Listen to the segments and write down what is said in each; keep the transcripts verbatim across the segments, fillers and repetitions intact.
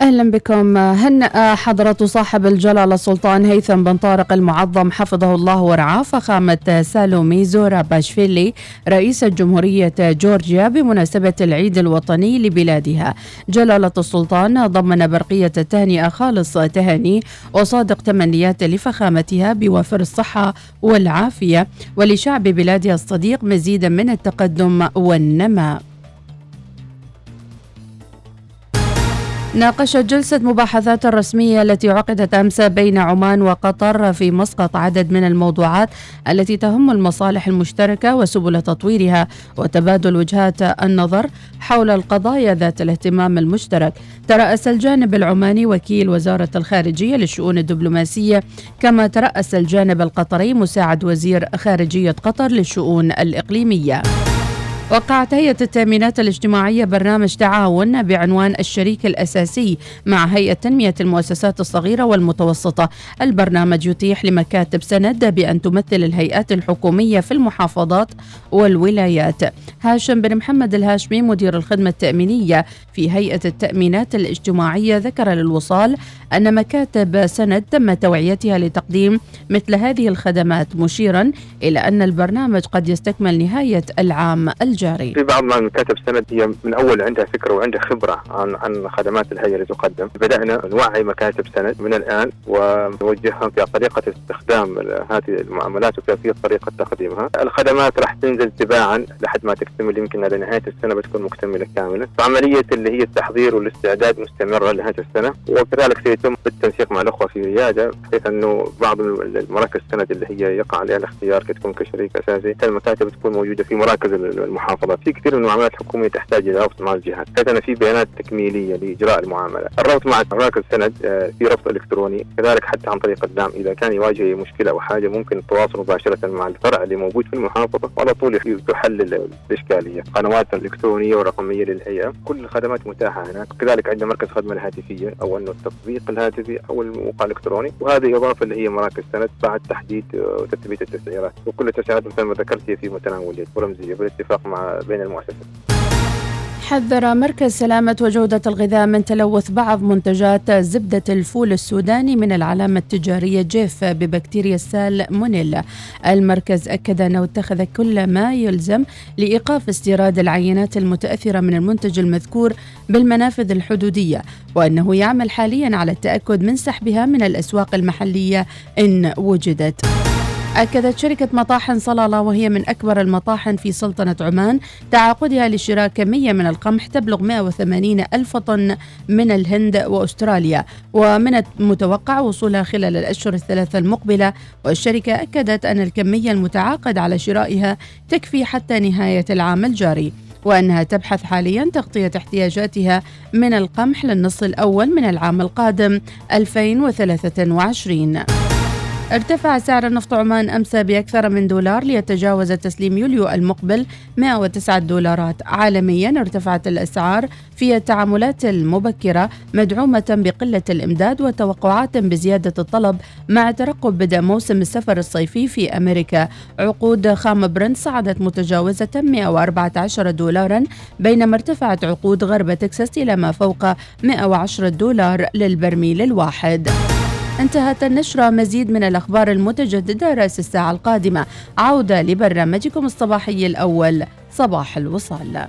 أهلا بكم. هنأ حضرة صاحب الجلالة السلطان هيثم بن طارق المعظم حفظه الله ورعاه فخامة سالومي زوراباشفيلي رئيس جمهورية جورجيا بمناسبة العيد الوطني لبلادها. جلالة السلطان ضمن برقية التهنئة خالص تهاني وصادق تمنيات لفخامتها بوافر الصحة والعافية ولشعب بلادها الصديق مزيدا من التقدم والنماء. ناقشت جلسة مباحثات الرسمية التي عقدت أمس بين عمان وقطر في مسقط عدد من الموضوعات التي تهم المصالح المشتركة وسبل تطويرها وتبادل وجهات النظر حول القضايا ذات الاهتمام المشترك. ترأس الجانب العماني وكيل وزارة الخارجية للشؤون الدبلوماسية، كما ترأس الجانب القطري مساعد وزير خارجية قطر للشؤون الإقليمية. وقعت هيئة التأمينات الاجتماعية برنامج تعاون بعنوان الشريك الأساسي مع هيئة تنمية المؤسسات الصغيرة والمتوسطة. البرنامج يتيح لمكاتب سند بأن تمثل الهيئات الحكومية في المحافظات والولايات. هاشم بن محمد الهاشمي مدير الخدمة التأمينية في هيئة التأمينات الاجتماعية ذكر للوصال أن مكاتب سند تم توعيتها لتقديم مثل هذه الخدمات، مشيرا إلى أن البرنامج قد يستكمل نهاية العام الجاري. في بعض من مكاتب سند هي من أول عندها فكرة وعندها خبرة عن عن خدمات الهيئة اللي تقدم. بدأنا نوعي مكاتب سند من الآن ونوجههم في طريقة استخدام هذه المعاملات وكيفية طريقة تقديمها. الخدمات راح تنزل تباعا لحد ما تكتمل، يمكن على نهاية السنة بتكون مكتملة كاملة. فعملية اللي هي التحضير والاستعداد مستمرة لنهاية السنة، وكذلك سيتم بالتنسيق مع الأخوة في ريادة بحيث أنه بعض المراكز السند اللي هي يقع عليها الاختيار كتكون كشريك أساسي، المكاتب تكون موجودة في مراكز المحافظات. في كثير من المعاملات الحكومية تحتاج إلى ربط مع الجهات، حيث أن في بيانات تكميلية لإجراء المعاملة. الربط مع مراكز السند في ربط إلكتروني، كذلك حتى عن طريق الدعم إذا كان يواجه مشكلة أو حاجة ممكن التواصل مباشرة مع الفرع اللي موجود في المحافظة وعلى طول تحل الإشكالية. قنوات الإلكترونية ورقمية للهيئة، كل الخدمات متاحة هناك. كذلك عندنا مركز خدمة الهاتفية أو أنه التطبيق الهاتفي أو الموقع الإلكتروني، وهذه إضافة اللي هي مراكز سند بعد تحديد وتثبيت التسعيرات، وكل التسعيرات مثل ما ذكرت هي في متناول اليد ورمزية بالاتفاق مع بين المؤسسات. حذر مركز سلامة وجودة الغذاء من تلوث بعض منتجات زبدة الفول السوداني من العلامة التجارية جيف ببكتيريا السالمونيلا. المركز أكد أنه اتخذ كل ما يلزم لإيقاف استيراد العينات المتأثرة من المنتج المذكور بالمنافذ الحدودية، وأنه يعمل حاليا على التأكد من سحبها من الأسواق المحلية إن وجدت. أكدت شركة مطاحن صلالة وهي من أكبر المطاحن في سلطنة عمان تعاقدها لشراء كمية من القمح تبلغ مئة وثمانين ألف طن من الهند وأستراليا، ومن المتوقع وصولها خلال الأشهر الثلاثة المقبلة. والشركة أكدت أن الكمية المتعاقد على شرائها تكفي حتى نهاية العام الجاري، وأنها تبحث حاليا تغطية احتياجاتها من القمح للنصف الأول من العام القادم ألفين وثلاثة وعشرين. ارتفع سعر النفط عمان أمس بأكثر من دولار ليتجاوز تسليم يوليو المقبل مئة وتسعة دولارات. عالميا ارتفعت الأسعار في التعاملات المبكرة مدعومة بقلة الإمداد وتوقعات بزيادة الطلب مع ترقب بدء موسم السفر الصيفي في أمريكا. عقود خام برنت صعدت متجاوزة مئة وأربعة عشر دولارا، بينما ارتفعت عقود غرب تكساس إلى ما فوق مئة وعشرة دولار للبرميل الواحد. انتهت النشرة. مزيد من الأخبار المتجددة رأس الساعة القادمة. عودة لبرنامجكم الصباحي الأول صباح الوصال.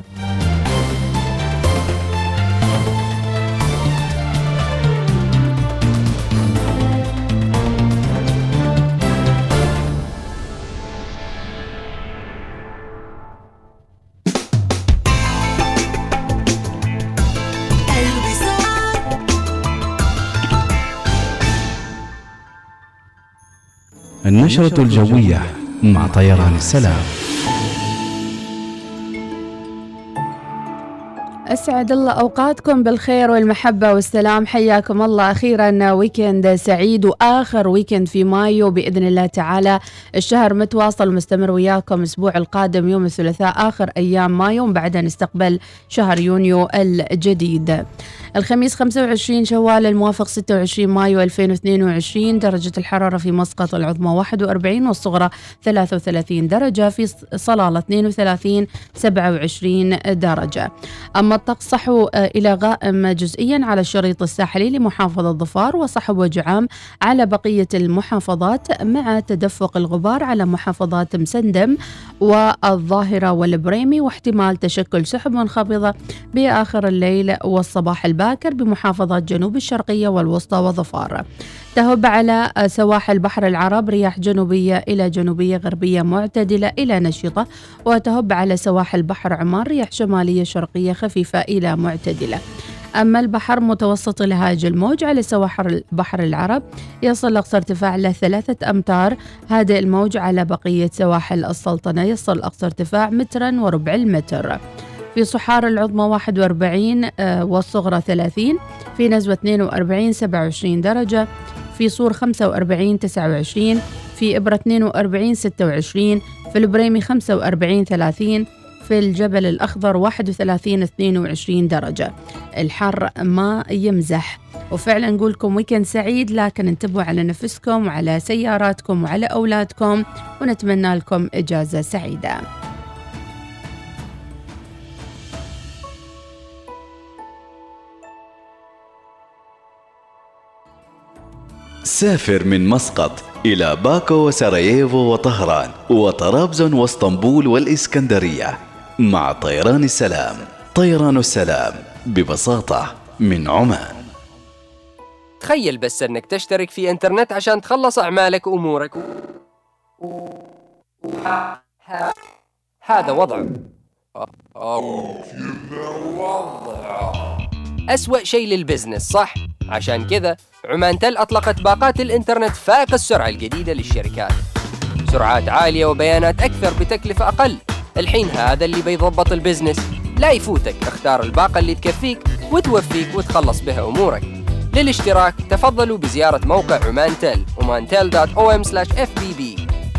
النشرة الجوية مع طيران السلام. أسعد الله أوقاتكم بالخير والمحبة والسلام. حياكم الله. أخيرا ويكند سعيد وآخر ويكند في مايو بإذن الله تعالى. الشهر متواصل ومستمر وياكم. الأسبوع القادم يوم الثلاثاء آخر أيام مايو، وبعدها نستقبل شهر يونيو الجديد. الخميس خمسة وعشرين شوال الموافق ستة وعشرين مايو ألفين واثنين وعشرين. درجة الحرارة في مسقط العظمى واحد وأربعين والصغرى ثلاثة وثلاثين درجة، في صلالة اثنين وثلاثين، سبعة وعشرين درجة. أما الطقس صحو إلى غائم جزئيا على الشريط الساحلي لمحافظة ظفار، وصحو وجعام على بقية المحافظات، مع تدفق الغبار على محافظات مسندم والظاهرة والبريمي، واحتمال تشكل سحب منخفضة بآخر الليل والصباح الباكر بمحافظات جنوب الشرقية والوسطى وظفار. تهب على سواحل بحر العرب رياح جنوبية إلى جنوبية غربية معتدلة إلى نشطة، وتهب على سواحل بحر عمان رياح شمالية شرقية خفيفة إلى معتدلة. أما البحر متوسط لهاج الموج على سواحل بحر العرب يصل أقصى ارتفاع له ثلاثة أمتار، هادئ الموج على بقية سواحل السلطنة يصل أقصى ارتفاع مترا وربع المتر. في صحار العظمى واحد وأربعين والصغرى ثلاثين، في نزوة اثنين وأربعين سبعة وعشرين درجة، في صور خمسة وأربعين تسعة وعشرين، في إبرة اثنين وأربعين ستة وعشرين، في البريمي خمسة وأربعين ثلاثين، في الجبل الأخضر واحد وثلاثين اثنين وعشرين درجة. الحر ما يمزح، وفعلا نقولكم ويكند سعيد، لكن انتبهوا على نفسكم وعلى سياراتكم وعلى أولادكم، ونتمنى لكم إجازة سعيدة. سافر من مسقط إلى باكو وسراييفو وطهران وطرابزون واسطنبول والإسكندرية مع طيران السلام. طيران السلام ببساطة من عمان. تخيل بس أنك تشترك في إنترنت عشان تخلص أعمالك وأمورك. هذا وضعه. أسوأ شيء للبزنس، صح؟ عشان كذا عمان تل أطلقت باقات الإنترنت فائق السرعة الجديدة للشركات، سرعات عالية وبيانات أكثر بتكلفة أقل. الحين هذا اللي بيضبط البزنس، لا يفوتك. اختار الباقة اللي تكفيك وتوفيك وتخلص بها أمورك. للاشتراك تفضلوا بزيارة موقع عمان تل عمان تل دوت أو إم سلاش إف بي بي.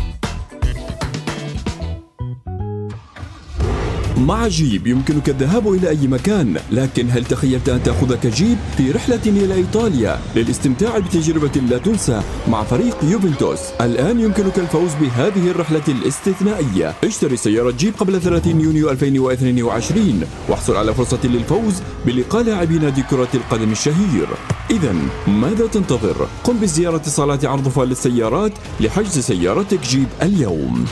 مع جيب يمكنك الذهاب إلى أي مكان، لكن هل تخيلت أن تأخذك جيب في رحلة إلى إيطاليا للاستمتاع بتجربة لا تنسى مع فريق يوفنتوس؟ الآن يمكنك الفوز بهذه الرحلة الاستثنائية. اشتري سيارة جيب قبل ثلاثين يونيو ألفين واثنين وعشرين واحصل على فرصة للفوز بلقاء لاعبي نادي كرة القدم الشهير. إذن ماذا تنتظر؟ قم بزيارة صالات عرض فال للسيارات لحجز سيارتك جيب اليوم.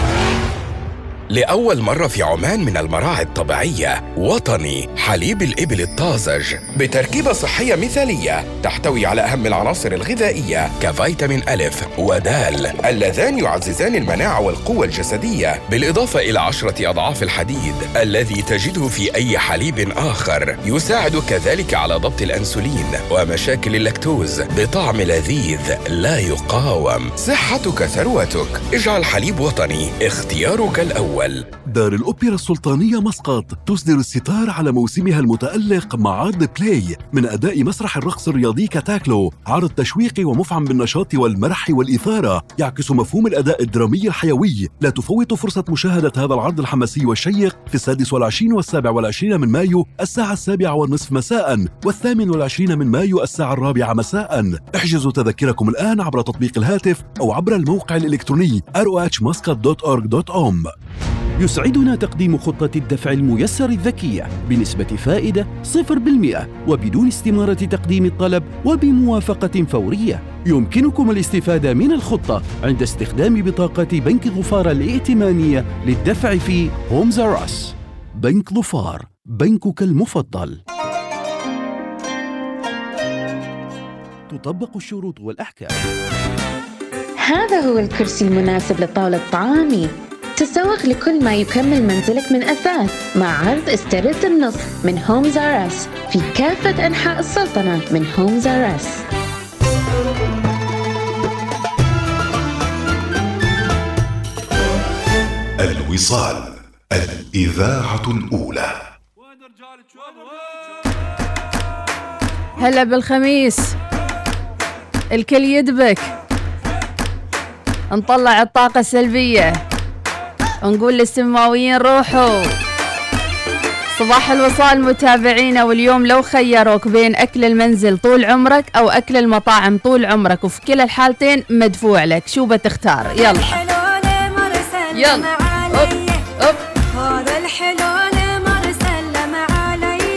لأول مرة في عمان من المراعي الطبيعية وطني حليب الإبل الطازج بتركيبة صحية مثالية تحتوي على أهم العناصر الغذائية كفيتامين ألف ودال اللذان يعززان المناعة والقوة الجسدية، بالإضافة إلى عشرة أضعاف الحديد الذي تجده في أي حليب آخر. يساعد كذلك على ضبط الأنسولين ومشاكل اللاكتوز بطعم لذيذ لا يقاوم. صحتك ثروتك، اجعل حليب وطني اختيارك الأول. دار الأوبرا السلطانية مسقط تصدر الستار على موسمها المتألق مع عرض بلاي من أداء مسرح الرقص الرياضي كتاكلو، عرض تشويقي ومفعم بالنشاط والمرح والإثارة يعكس مفهوم الأداء الدرامي الحيوي. لا تفوت فرصة مشاهدة هذا العرض الحماسي والشيق في السادس والعشرين والسابع والعشرين من مايو الساعة السابعة والنصف مساء، والثامن والعشرين من مايو الساعة الرابعة مساء. احجزوا تذكركم الآن عبر تطبيق الهاتف أو عبر الموقع الإلكتروني آر أو إتش مسقط دوت أورج دوت أوم. يسعدنا تقديم خطة الدفع الميسر الذكية بنسبة فائدة صفر بالمئة وبدون استمارة تقديم الطلب وبموافقة فورية. يمكنكم الاستفادة من الخطة عند استخدام بطاقة بنك ظفار الائتمانية للدفع في هومز آر أس. بنك ظفار، بنكك المفضل. تطبق الشروط والأحكام. هذا هو الكرسي المناسب لطاولة طعامي. تسوق لكل ما يكمل منزلك من أثاث مع عرض استرد النص من هومز آر أس في كافة أنحاء السلطنة من هومز آر أس. الوصال، الإذاعة الأولى. هلا بالخميس، الكل يدبك، نطلع الطاقة السلبية، نقول للسماويين روحوا. صباح الوصال متابعينا، واليوم لو خيروك بين أكل المنزل طول عمرك أو أكل المطاعم طول عمرك، وفي كلا الحالتين مدفوع لك، شو بتختار؟ يلا يلا أوب. أوب. هذا الحلو مرسل علي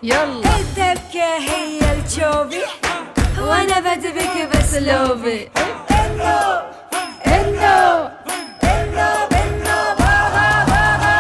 يلا. الدبكة هي الجوبي وانا بدبك باسلوبي. انو انو انو انو بابا بابا.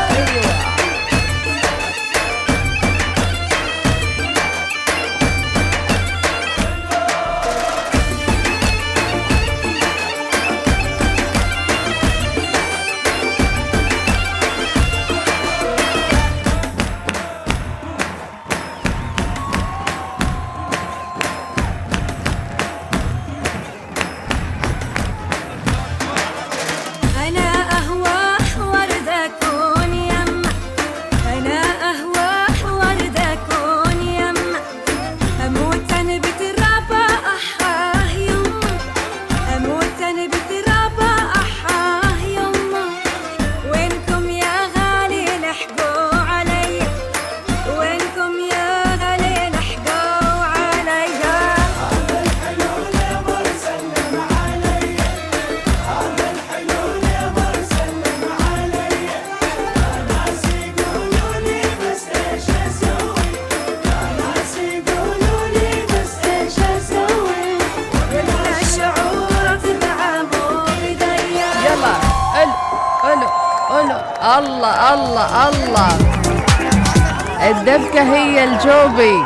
الله الله الله. الدبكة هي الجوبي.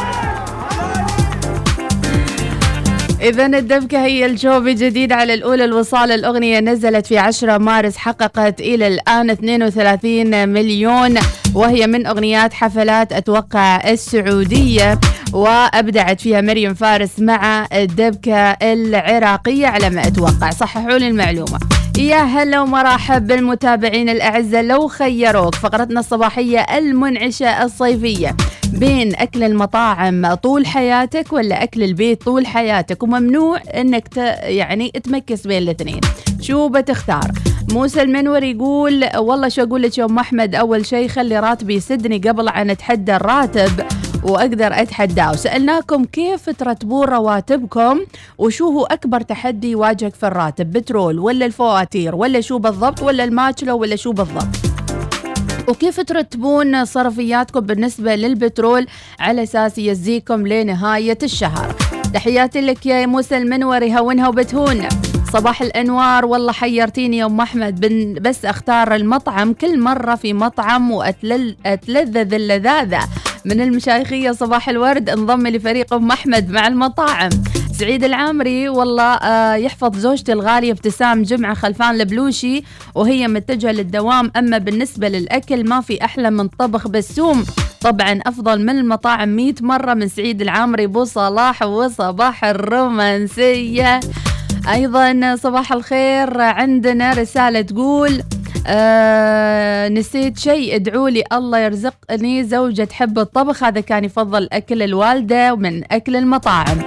إذن الدبكة هي الجوبي جديد على الأولى الوصال. الأغنية نزلت في عشرة مارس، حققت إلى الآن اثنين وثلاثين مليون، وهي من أغنيات حفلات أتوقع السعودية، وأبدعت فيها مريم فارس مع الدبكة العراقية على ما أتوقع، صححوا لي المعلومة. يا هلا ومرحب بالمتابعين الأعزاء. لو خيروك فقرتنا الصباحية المنعشة الصيفية بين أكل المطاعم طول حياتك ولا أكل البيت طول حياتك، وممنوع أنك ت... يعني تمكس بين الاثنين، شو بتختار؟ موسى المنور يقول والله شو أقول لك يا أم أحمد، أول شيء خلي راتبي يسدني قبل أن أتحدى الراتب وأقدر أتحداه. وسألناكم كيف ترتبون رواتبكم، وشو هو أكبر تحدي يواجهك في الراتب، بترول ولا الفواتير ولا شو بالضبط، ولا الماكلة ولا شو بالضبط، وكيف ترتبون صرفياتكم بالنسبة للبترول على أساس يزيكم لنهاية الشهر. تحياتي لك يا موسى المنور، يهونها وبتهون. صباح الأنوار، والله حيرتيني يا أم أحمد، بس أختار المطعم كل مرة في مطعم وأتلذذ اللذاذة. من المشايخية صباح الورد، انضم لفريق أم أحمد مع المطاعم. سعيد العامري، والله آه يحفظ زوجتي الغالية ابتسام جمعة خلفان البلوشي وهي متجهة للدوام، أما بالنسبة للأكل ما في أحلى من طبخ بسوم، طبعا أفضل من المطاعم مئة مرة. من سعيد العامري بو صلاح، وصباح الرومانسية. أيضا صباح الخير، عندنا رسالة تقول آه نسيت شيء، ادعوا لي الله يرزقني زوجة تحب الطبخ، هذا كان يفضل أكل الوالدة ومن أكل المطاعم.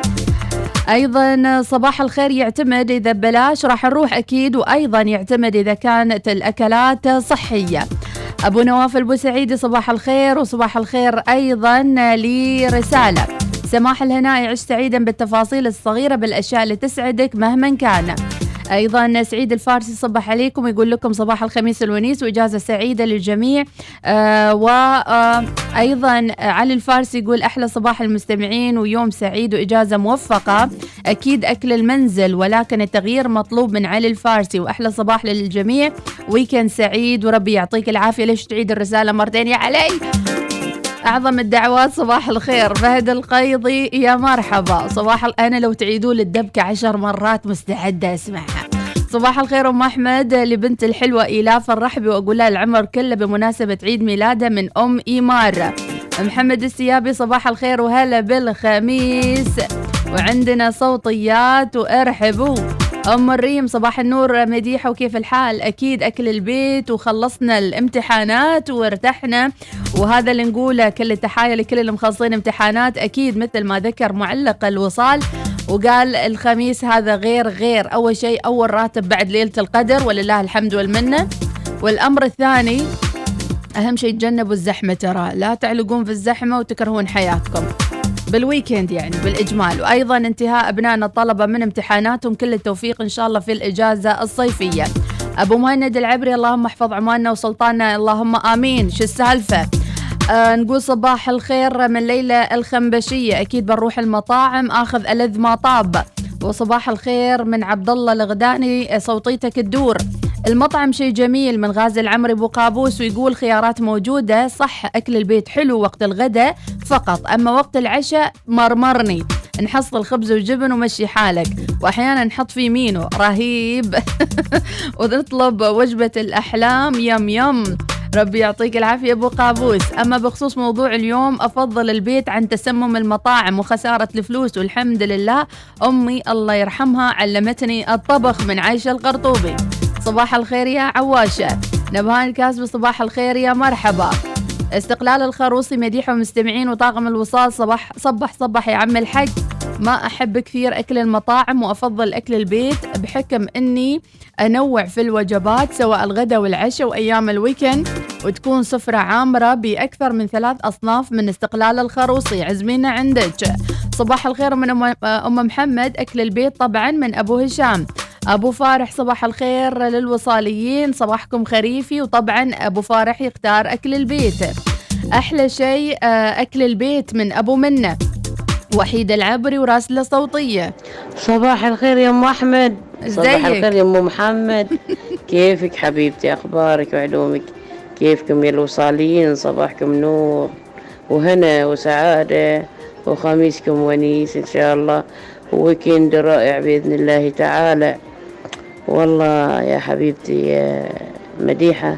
أيضا صباح الخير، يعتمد إذا بلاش راح نروح أكيد، وأيضا يعتمد إذا كانت الأكلات صحية. أبو نواف البوسعيدي صباح الخير، وصباح الخير أيضا لرسالة سماح الهنائي، عش سعيدا بالتفاصيل الصغيرة بالأشياء اللي تسعدك مهما كان. أيضا سعيد الفارسي صبح عليكم، يقول لكم صباح الخميس الونيس وإجازة سعيدة للجميع. آه وأيضا علي الفارسي يقول أحلى صباح المستمعين ويوم سعيد وإجازة موفقة. أكيد أكل المنزل ولكن التغيير مطلوب من علي الفارسي، وأحلى صباح للجميع، ويكند سعيد وربي يعطيك العافية. ليش تعيد الرسالة مرتين يا علي؟ أعظم الدعوات صباح الخير. فهد القيضي يا مرحبا، صباح ال... أنا لو تعيدوا للدبكة عشر مرات مستعدة أسمعها. صباح الخير أم أحمد، لبنت الحلوة إيلاف الرحبي وأقول لها العمر كله بمناسبة عيد ميلادها من أم إيمار. محمد السيابي صباح الخير وهلا بالخميس، وعندنا صوتيات وارحبوا. أم الريم صباح النور مديحة، وكيف الحال؟ أكيد أكل البيت وخلصنا الامتحانات وارتحنا، وهذا اللي نقوله. كل التحايا لكل اللي مخلصين امتحانات، أكيد مثل ما ذكر معلق الوصال وقال الخميس هذا غير غير. أول شيء أول راتب بعد ليلة القدر ولله الحمد والمنة. والأمر الثاني أهم شيء تجنبوا الزحمة، ترى لا تعلقون في الزحمة وتكرهون حياتكم بالويكند يعني بالإجمال. وأيضا انتهاء أبنائنا الطلبة من امتحاناتهم، كل التوفيق إن شاء الله في الإجازة الصيفية. أبو مهند العبري اللهم احفظ عماننا وسلطاننا اللهم آمين. شو السالفة؟ آه نقول صباح الخير من ليلى الخنبشية، أكيد بنروح المطاعم آخذ ألذ ما طاب. وصباح الخير من عبد الله الغداني، صوتيتك تدور. المطعم شيء جميل من غازي العمري ابو قابوس، ويقول خيارات موجودة. صح أكل البيت حلو وقت الغداء فقط، أما وقت العشاء مرمرني، نحصل خبز وجبن ومشي حالك، وأحيانا نحط فيه مينو رهيب ونطلب وجبة الأحلام يم يم. ربي يعطيك العافية أبو قابوس. أما بخصوص موضوع اليوم، أفضل البيت عن تسمم المطاعم وخسارة الفلوس، والحمد لله أمي الله يرحمها علمتني الطبخ من عايشة القرطوبي. صباح الخير يا عواشة. نبهان الكاسبي صباح الخير يا مرحبا. استقلال الخروصي مديحة ومستمعين وطاقم الوصال، صباح صبح صبح يا عم الحق. ما أحب كثير أكل المطاعم وأفضل أكل البيت، بحكم أني أنوع في الوجبات سواء الغداء والعشاء وأيام الويكند، وتكون سفرة عامرة بأكثر من ثلاث أصناف من استقلال الخروصي. عزمينا عندك. صباح الخير من أم محمد. أكل البيت طبعا من أبو هشام. أبو فارح صباح الخير للوصاليين، صباحكم خريفي. وطبعا أبو فارح يختار أكل البيت. أحلى شيء أكل البيت من أبو منة. وحيد العبري وراسلة صوتية. صباح الخير يا أم أحمد. صباح ازيك؟ الخير يا أم محمد. كيفك حبيبتي؟ أخبارك وعلومك؟ كيفكم يا الوصاليين؟ صباحكم نور وهنا وسعادة، وخميسكم ونيس إن شاء الله، وويكند رائع بإذن الله تعالى. والله يا حبيبتي يا مديحة،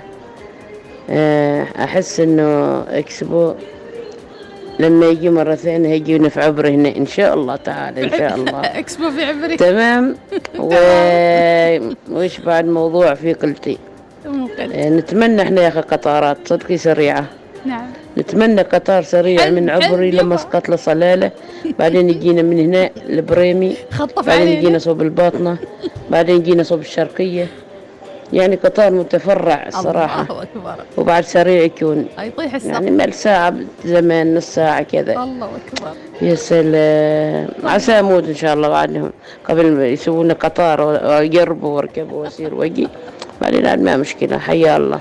أحس إنه إكسبو لما يجي مرة ثانية هيجينا في عبره هنا إن شاء الله تعالى، إن شاء الله. إكسبو في عبري. تمام. و... وإيش بعد موضوع في قلتي؟ نتمنى إحنا يا أخي قطارات صدقي سريعة. نعم. نتمنى قطار سريع من عبري لمسقط لصلالة، بعدين يجينا من هنا لبريمي، بعدين يجينا صوب الباطنة، بعدين يجينا صوب الشرقية. يعني قطار متفرع الصراحة. الله أكبر. وبعد سريع يكون يطيح السقف. يعني مال ساعة زمان، نص ساعة كذا. الله أكبر. يا سلام. عسى أموت إن شاء الله بعدهم قبل ما يسوون قطار ويقربوا واركبوا واسير واجي، بعدين عاد ما مشكلة. حيا الله.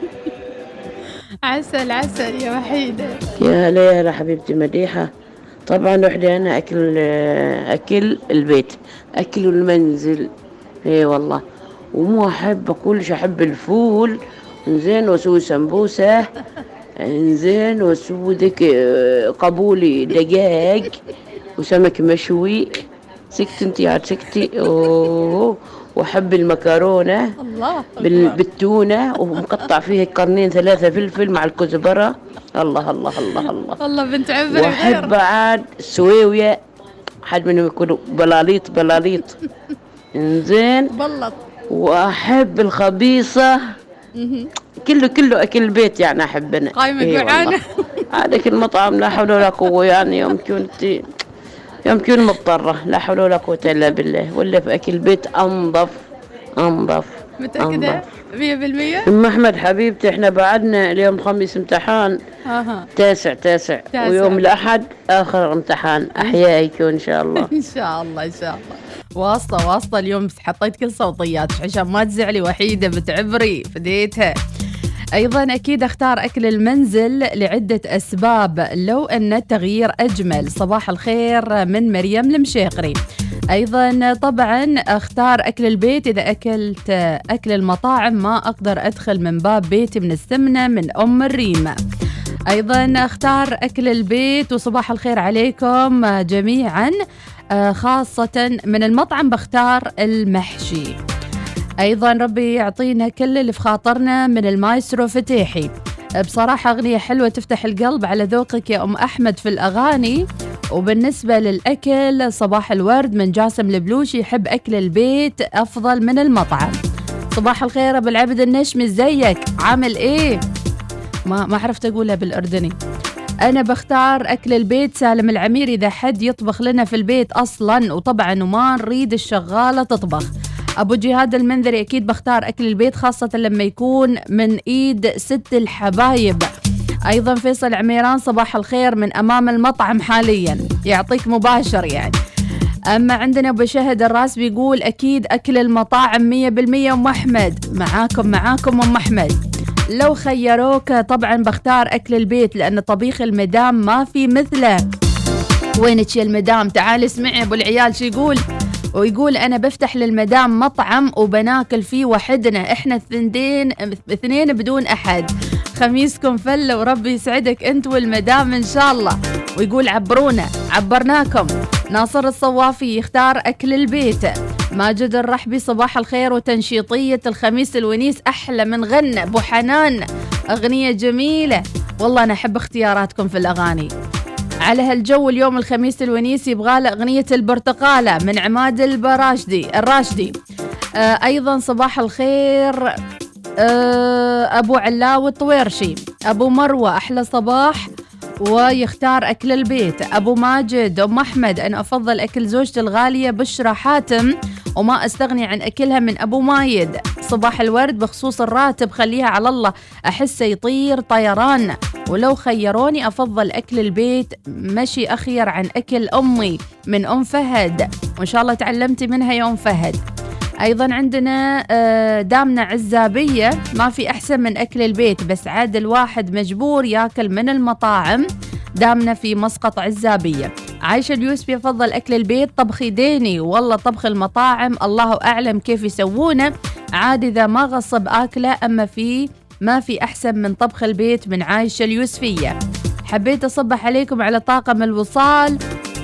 عسل عسل يا وحيدة. يا هلا يا هلا حبيبتي مديحة. طبعا وحدي أنا أكل أكل البيت، أكل المنزل. إيه والله. ومو أحب كلش، أحب الفول إنزين، وأسوي سمبوسة إنزين، وأسوي ذيك قبولي دجاج وسمك مشوي. سكت انتي عاد سكتي. أوه. وأحب المكرونة الله بال... بالتونة، ومقطع فيها قرنين ثلاثة فلفل مع الكزبرة. الله الله الله الله. والله بنت عبري. وأحب عاد السويوية، حد منهم يقولوا بلاليط بلاليط إنزين. بلط. وأحب الخبيصة. كله كله أكل البيت يعني أحبنا. قايمة جوعانة. هذاك المطعم لا حول ولا قوة، يعني يوم كنت يوم كنت مضطرة، لا حول ولا قوة إلا بالله. ولا في أكل البيت أنظف أنظف. متأكدة مية بالمية؟ أم أحمد حبيبتي إحنا بعدنا اليوم خميس امتحان. أها. تاسع تاسع, تاسع. ويوم الأحد آخر امتحان أحياء يكون إن شاء الله. إن شاء الله إن شاء الله. واسطة واسطة اليوم حطيت كل صوتياتك عشان ما تزعلي وحيدة بتعبري فديتها. أيضا أكيد أختار أكل المنزل لعدة أسباب، لو أن التغيير أجمل. صباح الخير من مريم المشيقري. أيضا طبعا أختار أكل البيت. إذا أكلت أكل المطاعم ما أقدر أدخل من باب بيتي من السمنة من أم الريمة. أيضا أختار أكل البيت. وصباح الخير عليكم جميعا. خاصة من المطعم بختار المحشي. أيضا ربي يعطينا كل اللي في خاطرنا من المايسترو فتيحي. بصراحة أغنية حلوة تفتح القلب على ذوقك يا أم أحمد في الأغاني. وبالنسبة للأكل صباح الورد من جاسم البلوشي، يحب أكل البيت أفضل من المطعم. صباح الخير أبو العبد النشمي، ازيك عامل إيه؟ ما ما عرفت أقولها بالأردني. أنا بختار أكل البيت. سالم العمير، إذا حد يطبخ لنا في البيت أصلا، وطبعا وما نريد الشغالة تطبخ. أبو جهاد المنذري، أكيد بختار أكل البيت خاصة لما يكون من إيد ست الحبايب. أيضا فيصل عميران، صباح الخير من أمام المطعم حاليا، يعطيك مباشر يعني. أما عندنا أبو شهد الراس بيقول أكيد أكل المطاعم مية بالمية. أم أحمد معاكم معاكم أم أحمد. لو خيروك طبعا بختار أكل البيت، لأن طبيخ المدام ما في مثله. وينك يا المدام؟ تعال اسمعي ابو العيال شو يقول. ويقول أنا بفتح للمدام مطعم وبناكل فيه وحدنا، إحنا الثنتين اثنين بدون أحد. خميسكم فلة وربي يسعدك أنت والمدام إن شاء الله. ويقول عبرونا، عبرناكم. ناصر الصوافي يختار أكل البيت. ماجد الرحبي صباح الخير وتنشيطية الخميس الونيس أحلى من غنى أبو حنان، أغنية جميلة. والله أنا أحب اختياراتكم في الأغاني. على هالجو اليوم الخميس الونيس يبغاله أغنية البرتقالة من عماد البراشدي الراشدي. آه أيضا صباح الخير آه أبو علاو الطويرشي. أبو مروة أحلى صباح ويختار أكل البيت. أبو ماجد أم أحمد أنا أفضل أكل زوجتي الغالية بشرى حاتم وما أستغني عن أكلها من أبو مايد. صباح الورد بخصوص الراتب خليها على الله، أحسه يطير طيران، ولو خيروني أفضل أكل البيت مشي أخير عن أكل أمي من أم فهد، وإن شاء الله تعلمتي منها يا أم فهد. أيضا عندنا دامنا عزابية ما في أحسن من أكل البيت، بس عاد الواحد مجبور ياكل من المطاعم. دامنا في مسقط عزابية. عايشة اليوسفي يفضل أكل البيت، طبخ يديني والله طبخ المطاعم الله أعلم كيف يسوونه، عاد إذا ما غصب آكله، أما في ما في أحسن من طبخ البيت. من عايشة اليوسفية. حبيت أصبح عليكم على طاقم الوصال.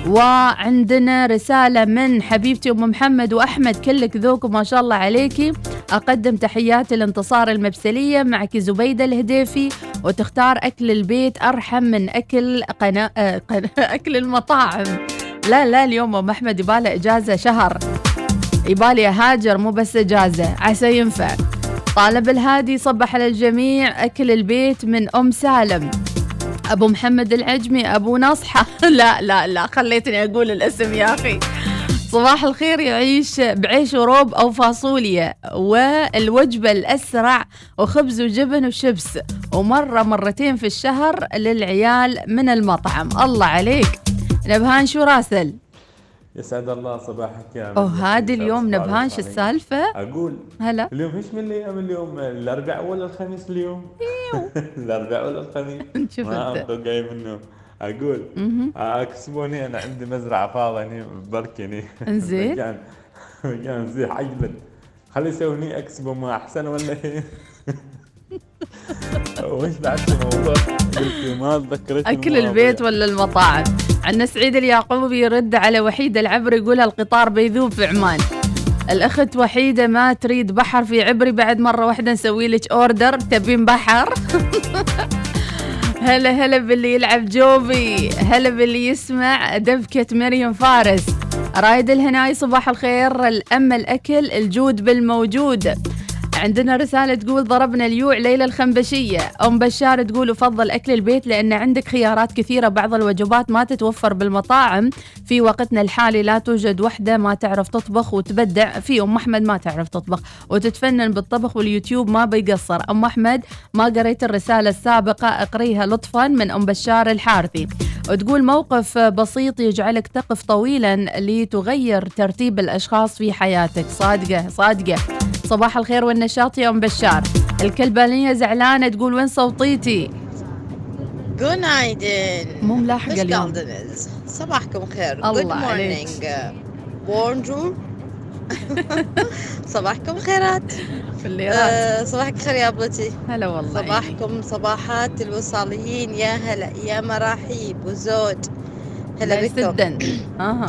وعندنا رسالة من حبيبتي أم محمد وأحمد، كلك ذوق ما شاء الله عليكي. أقدم تحياتي الانتصار المبسلية، معك زبيدة الهديفي، وتختار أكل البيت أرحم من أكل قنا... قنا... أكل المطاعم. لا لا اليوم أم أحمد يبالي إجازة شهر، يبالي هاجر مو بس إجازة، عسى ينفع. طالب الهادي صبح على الجميع، أكل البيت من أم سالم. أبو محمد العجمي أبو نصحة لا لا لا خليتني أقول الاسم يا أخي. صباح الخير، يعيش بعيش وروب أو فاصوليا، والوجبة الأسرع وخبز وجبن وشبس، ومرة مرتين في الشهر للعيال من المطعم. الله عليك. نبهان شو راسل؟ يسعد الله صباحك يا أوه هادي اليوم نبهان شو السالفة؟ أقول هلا اليوم إيش من الأيام اليوم؟ الأربعاء ولا الخميس اليوم؟ الأربعاء ولا الخميس؟ شوف ما أنت جاي منه. أقول أكسبوني أنا عندي مزرعة فاضية هني بركني. إنزين. كان كان زي عجبت. خلي يسووني أكسبه ما أحسن ولا إيه؟ وإيش بعد الموضوع؟ قلت ما تذكرت أكل البيت ولا المطاعم؟ عندنا سعيد اليعقوبي يرد على وحيدة العبري يقولها القطار بيذوب في عمان. الأخت وحيدة ما تريد بحر في عبري، بعد مرة واحدة نسوي لك أوردر تبين بحر. هلا هلا باللي يلعب جوبي، هلا باللي يسمع دبكة مريم فارس. رايد الهناي صباح الخير، الأما الأكل الجود بالموجود. عندنا رسالة تقول ضربنا اليوع ليلى الخنبشية. أم بشار تقول أفضل أكل البيت لأن عندك خيارات كثيرة، بعض الوجبات ما تتوفر بالمطاعم في وقتنا الحالي، لا توجد وحدة ما تعرف تطبخ وتبدع. في أم أحمد ما تعرف تطبخ وتتفنن بالطبخ، واليوتيوب ما بيقصر. أم أحمد ما قريت الرسالة السابقة، اقريها لطفا. من أم بشار الحارثي وتقول موقف بسيط يجعلك تقف طويلا لتغير ترتيب الأشخاص في حياتك. صادقة صادقة. صباح الخير والنشاط يا أم بشار. الكلبانية زعلانة تقول وين صوتيتي؟ Good night. مو ملاحقة اليوم. صباحكم خير. الله Good morning. Bonjour. صباحكم خيرات. في الليرات. أه صباحك خير يا أبلتي. هلا والله. صباحكم صباحات الوصاليين، يا هلا يا مراحيب وزود. هلا بكم. جدا. اها.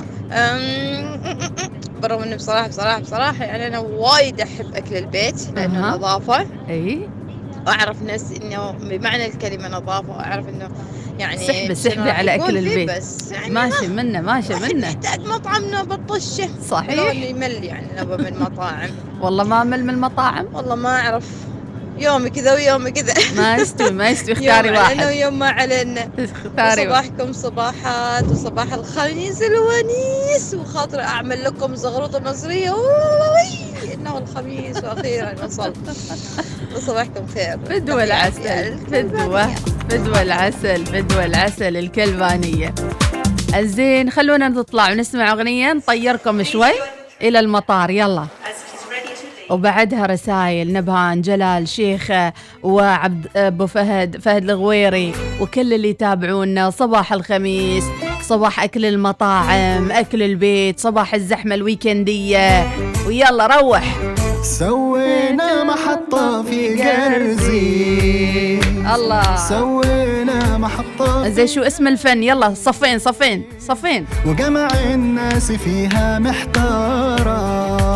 برغم انه بصراحه بصراحه بصراحه يعني انا وايد احب اكل البيت لانه أه. نظافه. اي. واعرف نفسي انه بمعنى الكلمه نظافه، واعرف انه يعني سحبي سحبي على اكل البيت. بس يعني ماشي منه ماشي منه. نحتاج مطعمنا بالطشه. صحيح. يمل يعني نبى من المطاعم. والله ما مل من المطاعم. والله ما اعرف، يومي كذا ويومي كذا. ما يستوي ما يستوي. اختاري واحد. يوم علينا ويوم ما علينا. اختاري. صباحكم صباحات وصباح الخميس الونيس، وخاطر اعمل لكم زغروطه مصريه. انه الخميس واخيرا وصل. صباحكم خير. فدوى العسل. فدوى فدوى العسل. فدوى العسل الكلبانيه. الزين خلونا نطلع ونسمع اغنيه نطيركم شوي الى المطار. يلا. وبعدها رسائل نبهان، جلال، شيخ، وعبد أبو فهد، فهد الغويري، وكل اللي يتابعونا. صباح الخميس، صباح أكل المطاعم، أكل البيت، صباح الزحمة الويكندية، ويلا روح. سوينا محطة في قرزي، الله سوينا محطة. زي شو اسم الفن؟ يلا صفين صفين صفين. وجمع الناس فيها محتارة،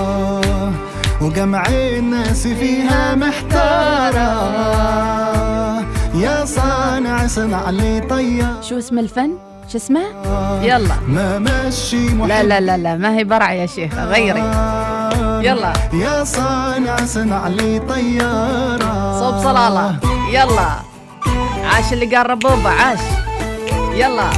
وجمع الناس فيها محتارة، يا صانع صنع لي طيار. شو اسم الفن؟ شو اسمه؟ يلا ما مشي محب. لا لا لا لا ما هي برع يا شيخ، غيري. يلا يا صانع صنع لي طيارة. صوب صلالة. يلا عاش اللي قال ربوبة، عاش. يلا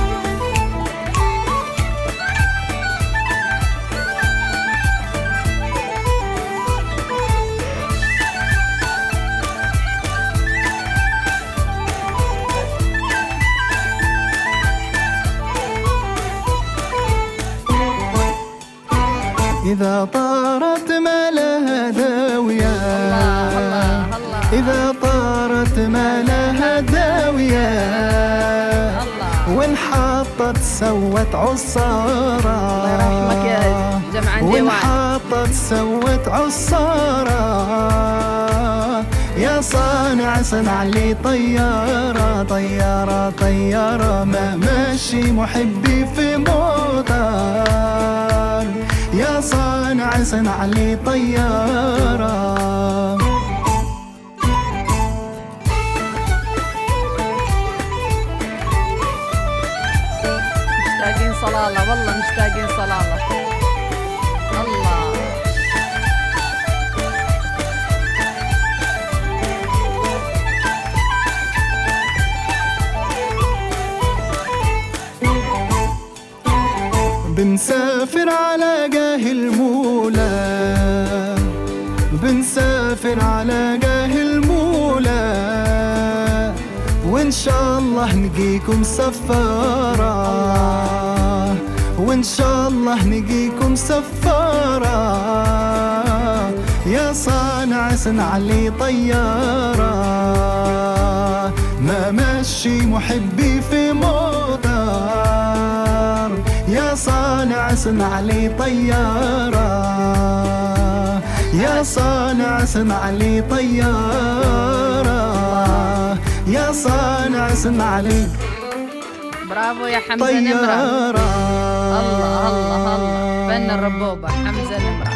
إذا طارت ما لها داوية، إذا طارت ما لها داوية، وانحطت سوت عصارة، الله يرحمك يا جمع ديوان، وانحطت سوت عصارة، يا صانع صنع لي طيارة. طيارة طيارة ما ماشي محبي في موتار، يا صانع صنع لي طيارة. مشتاقين صلالة، والله مشتاقين صلالة. الله بنسافر على جاه المولى، بنسافر على جاه المولى، وإن شاء الله نجيكم سفارة، وإن شاء الله نجيكم سفارة، يا صانع صنع لي طيارة. ما مشي محبي في موتار، يا صانع صنع لي طيارة، يا صانع صنع لي طيارة، يا صانع صنع لي. برافو يا حمزة نمرة. الله الله الله، فن الربوبة حمزة نمرة.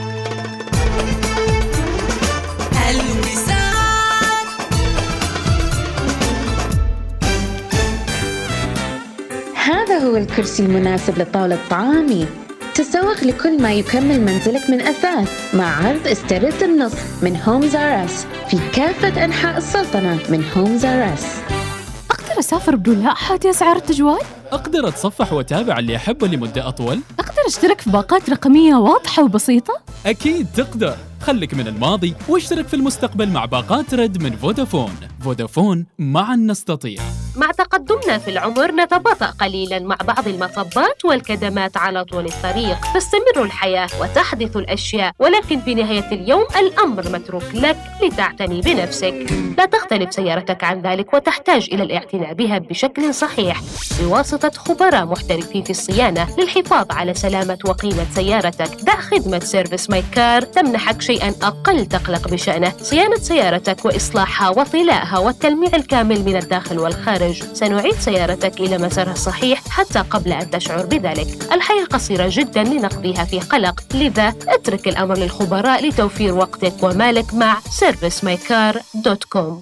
هذا هو الكرسي المناسب لطاولة طعامي. تسوق لكل ما يكمل منزلك من أثاث مع عرض استرد النص من هومز آر أس في كافة أنحاء السلطنة من هومز آر أس. أقدر أسافر بدون لا أحد أسعار التجوال؟ أقدر أتصفح وأتابع اللي أحبه لمدة أطول؟ أقدر أشترك في باقات رقمية واضحة وبسيطة؟ أكيد تقدر. خلك من الماضي واشترك في المستقبل مع باقات رد من فودافون. فودافون، معا نستطيع. مع تقدمنا في العمر نتباطأ قليلاً مع بعض المطبات والكدمات على طول الطريق. تستمر الحياة وتحدث الأشياء، ولكن في نهاية اليوم الأمر متروك لك لتعتني بنفسك. لا تختلف سيارتك عن ذلك، وتحتاج إلى الاعتناء بها بشكل صحيح بواسطة خبراء محترفين في الصيانة للحفاظ على سلامة وقيمة سيارتك. دع خدمة سيرفيس ماي كار تمنحك شيئاً أقل تقلق بشأنه، صيانة سيارتك وإصلاحها وطلاءها والتلميع الكامل من الداخل والخارج. سنعيد سيارتك إلى مسارها الصحيح حتى قبل أن تشعر بذلك. الحياة قصيرة جداً لنقضيها في قلق، لذا اترك الأمر للخبراء لتوفير وقتك ومالك مع سيرفيس ماي كار دوت كوم.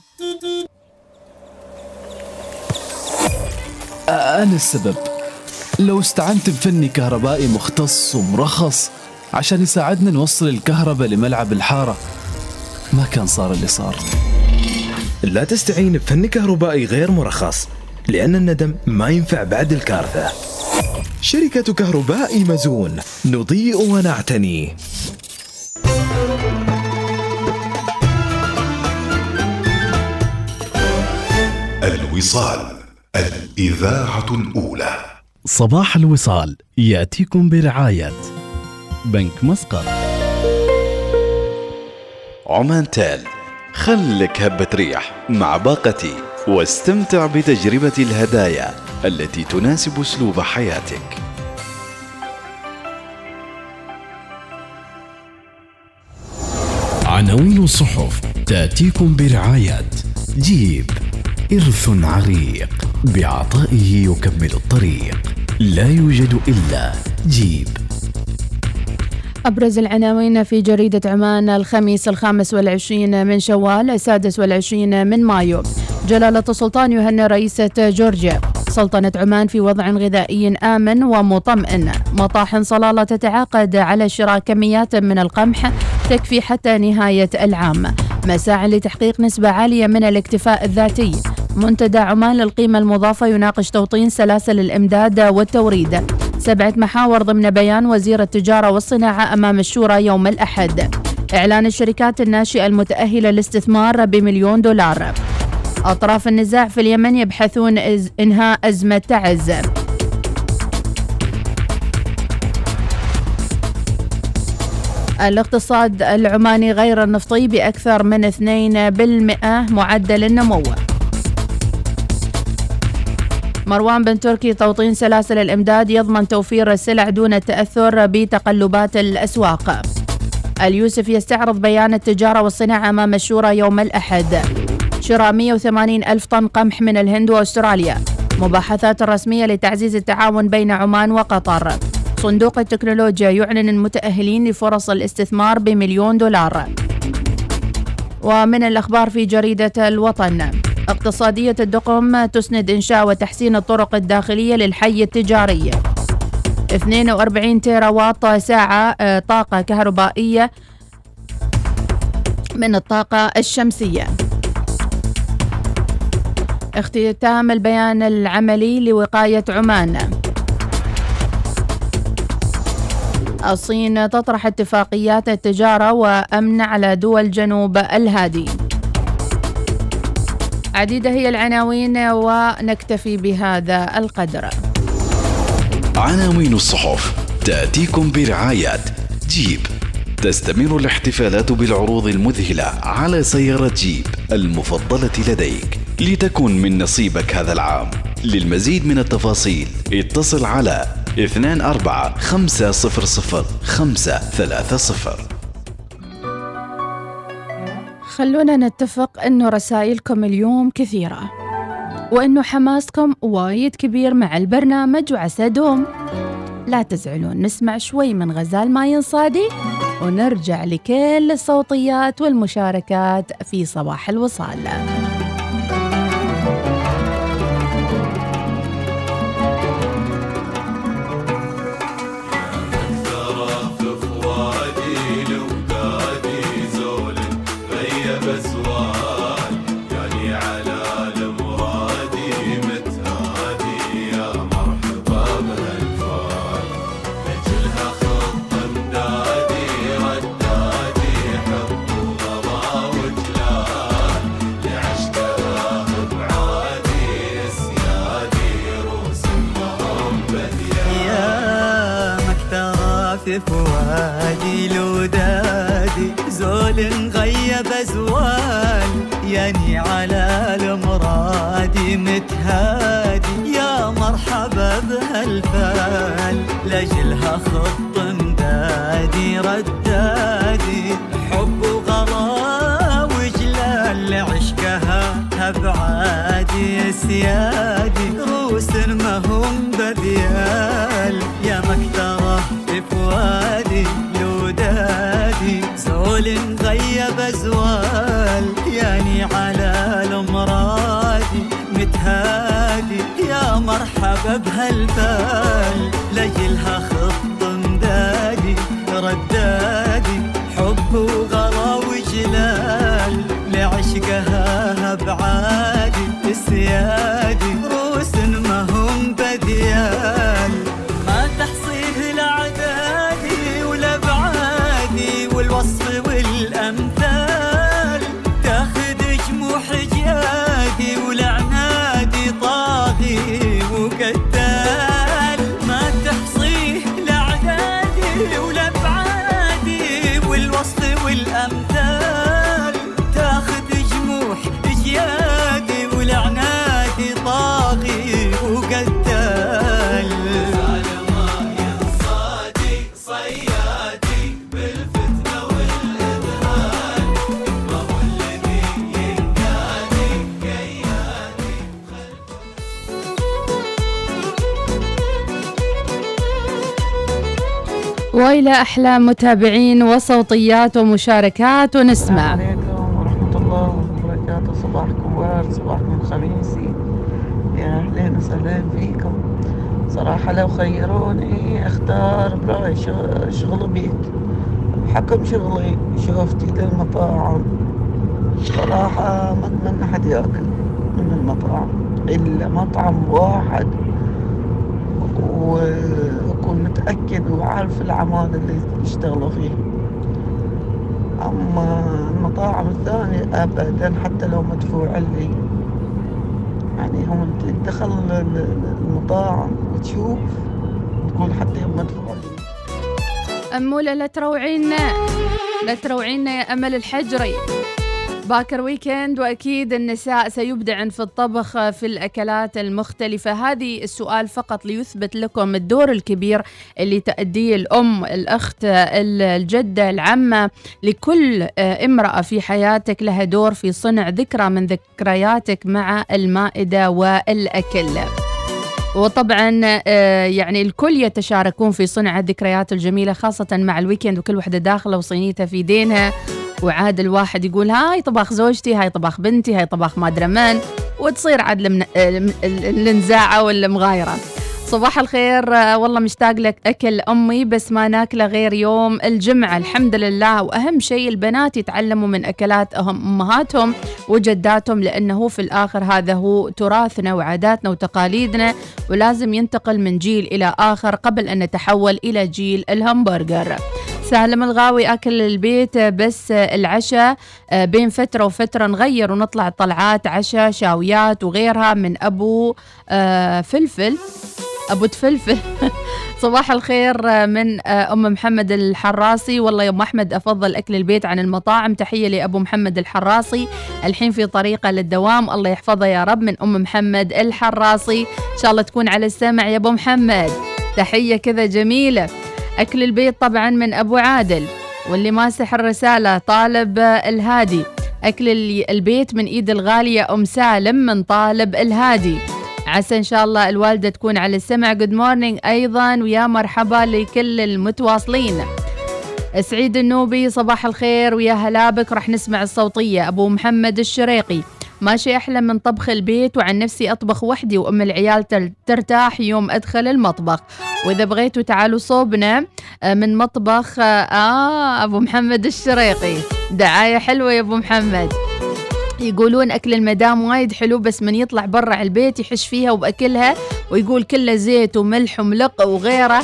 أنا السبب. لو استعنت بفني كهربائي مختص ومرخص عشان يساعدنا نوصل الكهرباء لملعب الحارة، ما كان صار اللي صار. لا تستعين بفني كهربائي غير مرخص، لأن الندم ما ينفع بعد الكارثة. شركة كهرباء مزون، نضيء ونعتني. الوصال، الإذاعة الأولى. صباح الوصال يأتيكم برعاية بنك مسقط. عمان تال، خلك هبة ريح مع باقتي واستمتع بتجربة الهدايا التي تناسب أسلوب حياتك. عناوين الصحف تأتيكم برعاية جيب، إرث عريق بعطائه يكمل الطريق، لا يوجد إلا جيب. أبرز العناوين في جريدة عمان الخميس الخامس والعشرين من شوال السادس والعشرين من مايو. جلالة السلطان يهنئ رئيسة جورجيا. سلطنة عمان في وضع غذائي آمن ومطمئن. مطاحن صلالة تتعاقد على شراء كميات من القمح تكفي حتى نهاية العام. مساعي لتحقيق نسبة عالية من الاكتفاء الذاتي. منتدى عمان للقيمة المضافة يناقش توطين سلاسل الإمداد والتوريد. سبعة محاور ضمن بيان وزير التجارة والصناعة أمام الشورى يوم الأحد. إعلان الشركات الناشئة المتأهلة للاستثمار بمليون دولار. أطراف النزاع في اليمن يبحثون إنهاء أزمة تعز. الاقتصاد العماني غير النفطي بأكثر من اثنين بالمئة معدل النمو. مروان بن تركي توطين سلاسل الإمداد يضمن توفير السلع دون التأثر بتقلبات الأسواق. اليوسف يستعرض بيان التجارة والصناعة أمام الشورى يوم الأحد. شراء مئة وثمانين ألف طن قمح من الهند وأستراليا. مباحثات رسمية لتعزيز التعاون بين عمان وقطر. صندوق التكنولوجيا يعلن المتأهلين لفرص الاستثمار بمليون دولار. ومن الأخبار في جريدة الوطن، اقتصادية الدقم تسند إنشاء وتحسين الطرق الداخلية للحي التجاري. اثنين وأربعين تيرا واط ساعة طاقة كهربائية من الطاقة الشمسية. اختتام البيان العملي لوقاية عمان. الصين تطرح اتفاقيات التجارة وأمن على دول جنوب الهادي. عديدة هي العناوين ونكتفي بهذا القدر. عناوين الصحف تأتيكم برعاية جيب. تستمر الاحتفالات بالعروض المذهلة على سيارة جيب المفضلة لديك لتكن من نصيبك هذا العام. للمزيد من التفاصيل اتصل على اثنين أربعة خمسة صفر صفر خمسة ثلاثة صفر. خلونا نتفق أنه رسائلكم اليوم كثيرة وأنه حماسكم وايد كبير مع البرنامج وعسى دوم. لا تزعلون، نسمع شوي من غزال ما ينصادي ونرجع لكل الصوتيات والمشاركات في صباح الوصال. فؤادي لودادي زول غيب زوال يعني على المرادي متهادي يا مرحبا بهالفال لجلها خط مدادي ردادي حب وغلا وجلال عشقها هبعادي سيادي روس ما هم بذيال يا مكتره فؤادي لودادي زول غيب زوال يعني على المرادي متهادي يا مرحبا بهالبال لجلها خط مدادي ردادي حب وغلا وجلال لعشقها بعادي السيادي روس ما هم بديال ما تحصيه الأعدادي ولا بعادي والوصف والأمثال تاخد جموح جيادي والعنادي طاغي وقتال ما تحصيه الأعدادي ولا بعادي والوصف والأمثال وإلى أحلى متابعين وصوتيات ومشاركات ونسمع. السلام عليكم ورحمة الله وبركاته. صباحكم ورد، صباحكم خميسي، يا أهلين وسهلين فيكم. صراحة لو خيروني اختار براي شغل بيت. بحكم شغلي شوفتي للمطاعم، صراحة ما أتمنى حد يأكل من المطاعم إلا مطعم واحد وأكون متأكد وعارف العمال اللي يشتغلوا فيه. أما المطاعم الثانية أبدا حتى لو مدفوع لي، يعني هم تدخل المطاعم وتشوف تقول حتى يوم مدفوع لي. أمولة لا تروعينا لا تروعينا يا أمل الحجري. باكر ويكند، وأكيد النساء سيبدعن في الطبخ في الأكلات المختلفة. هذه السؤال فقط ليثبت لكم الدور الكبير اللي تأديه الأم، الأخت، الجدة، العمة. لكل امرأة في حياتك لها دور في صنع ذكرى من ذكرياتك مع المائدة والأكل. وطبعا يعني الكل يتشاركون في صنع الذكريات الجميلة، خاصة مع الويكند وكل وحدة داخلة وصينيتها في دينها، وعاد الواحد يقول هاي طباخ زوجتي، هاي طباخ بنتي، هاي طباخ ما أدري من، وتصير عاد المن... الانزاعة والمغايرة. صباح الخير، والله مشتاق لك أكل أمي بس ما ناكله غير يوم الجمعة الحمد لله. وأهم شيء البنات يتعلموا من أكلات أمهاتهم وجداتهم، لأنه في الآخر هذا هو تراثنا وعاداتنا وتقاليدنا، ولازم ينتقل من جيل إلى آخر قبل أن نتحول إلى جيل الهمبرجر. سالم الغاوي، أكل البيت بس العشاء بين فترة وفترة نغير ونطلع طلعات عشاء شاويات وغيرها من أبو فلفل أبو تفلفل. صباح الخير من أم محمد الحراسي. والله يا أم أحمد أفضل أكل البيت عن المطاعم. تحية لأبو محمد الحراسي، الحين في طريقة للدوام، الله يحفظه يا رب، من أم محمد الحراسي. إن شاء الله تكون على السمع يا أبو محمد، تحية كذا جميلة. أكل البيت طبعا من أبو عادل، واللي ماسح الرسالة طالب الهادي. أكل البيت من إيد الغالية أم سالم من طالب الهادي. عسى إن شاء الله الوالدة تكون على السمع. جود مورنينج أيضا، ويا مرحبا لكل المتواصلين. سعيد النوبي، صباح الخير ويا هلا بك. رح نسمع الصوتية. أبو محمد الشريقي، ماشي أحلى من طبخ البيت، وعن نفسي أطبخ وحدي وأم العيال ترتاح يوم أدخل المطبخ. وإذا بغيتوا تعالوا صوبنا من مطبخ آه أبو محمد الشريقي. دعاية حلوة يا أبو محمد. يقولون أكل المدام وايد حلو، بس من يطلع برا البيت يحش فيها وبأكلها ويقول كله زيت وملح وملق وغيره،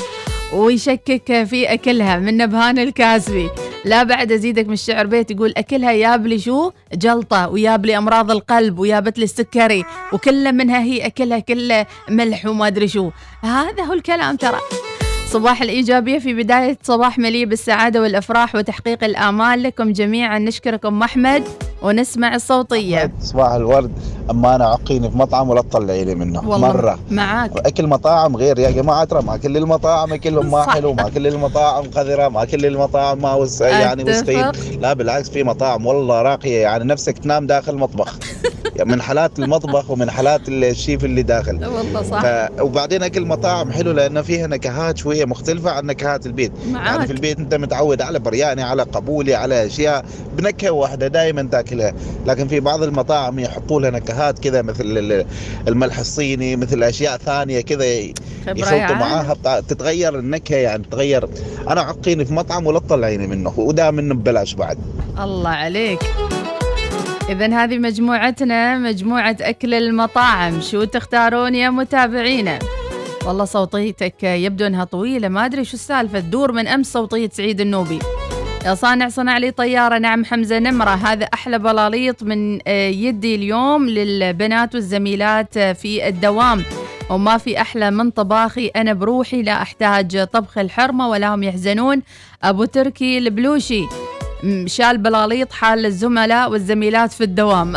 ويشكك في أكلها. من نبهان الكاسبي. لا بعد أزيدك من الشعر بيت، يقول أكلها يابلي شو جلطة، ويابلي أمراض القلب، ويابتلي السكري، وكل منها هي أكلها كله ملح وما أدري شو. هذا هو الكلام ترى. صباح الإيجابية في بداية صباح مليء بالسعادة والأفراح وتحقيق الآمال لكم جميعا. نشكركم أحمد ونسمع الصوتية. صباح الورد. أما أنا عقيني في مطعم ولا تطلعي لي منه مرة معاك. أكل مطاعم غير يا جماعة، ترى ما كل المطاعم أكلهم ما حلو، ما كل المطاعم قذرة، ما كل المطاعم ما وس... يعني وسخين. لا بالعكس، في مطاعم والله راقية، يعني نفسك تنام داخل المطبخ. من حالات المطبخ ومن حالات الشيف اللي داخل والله صح. ف... وبعدين أكل مطاعم حلو لأنه فيها نكهات شوية مختلفة عن نكهات البيت. معاك. يعني في البيت أنت متعود على برياني، على قبولي، على أشياء بنكهة واحدة دائما تاكلها، لكن في بعض المطاعم يحطوا لها نكهات كذا مثل الملح الصيني، مثل أشياء ثانية كذا يخلطوا معاها تتغير النكهة، يعني تتغير. أنا عقيني في مطعم ولا تطلعيني منه، وده منه ببلاش بعد. الله عليك. إذن هذه مجموعتنا، مجموعة أكل المطاعم. شو تختارون يا متابعينا؟ والله صوتيتك يبدو أنها طويلة، ما أدري شو السالفة، تدور من أمس صوتية سعيد النوبي. يا صانع صنع لي طيارة. نعم حمزة نمرة، هذا أحلى بلاليط من يدي اليوم للبنات والزميلات في الدوام، وما في أحلى من طباخي أنا بروحي، لا أحتاج طبخ الحرمة ولا هم يحزنون. أبو تركي البلوشي، شال بلاليط حال الزملاء والزميلات في الدوام.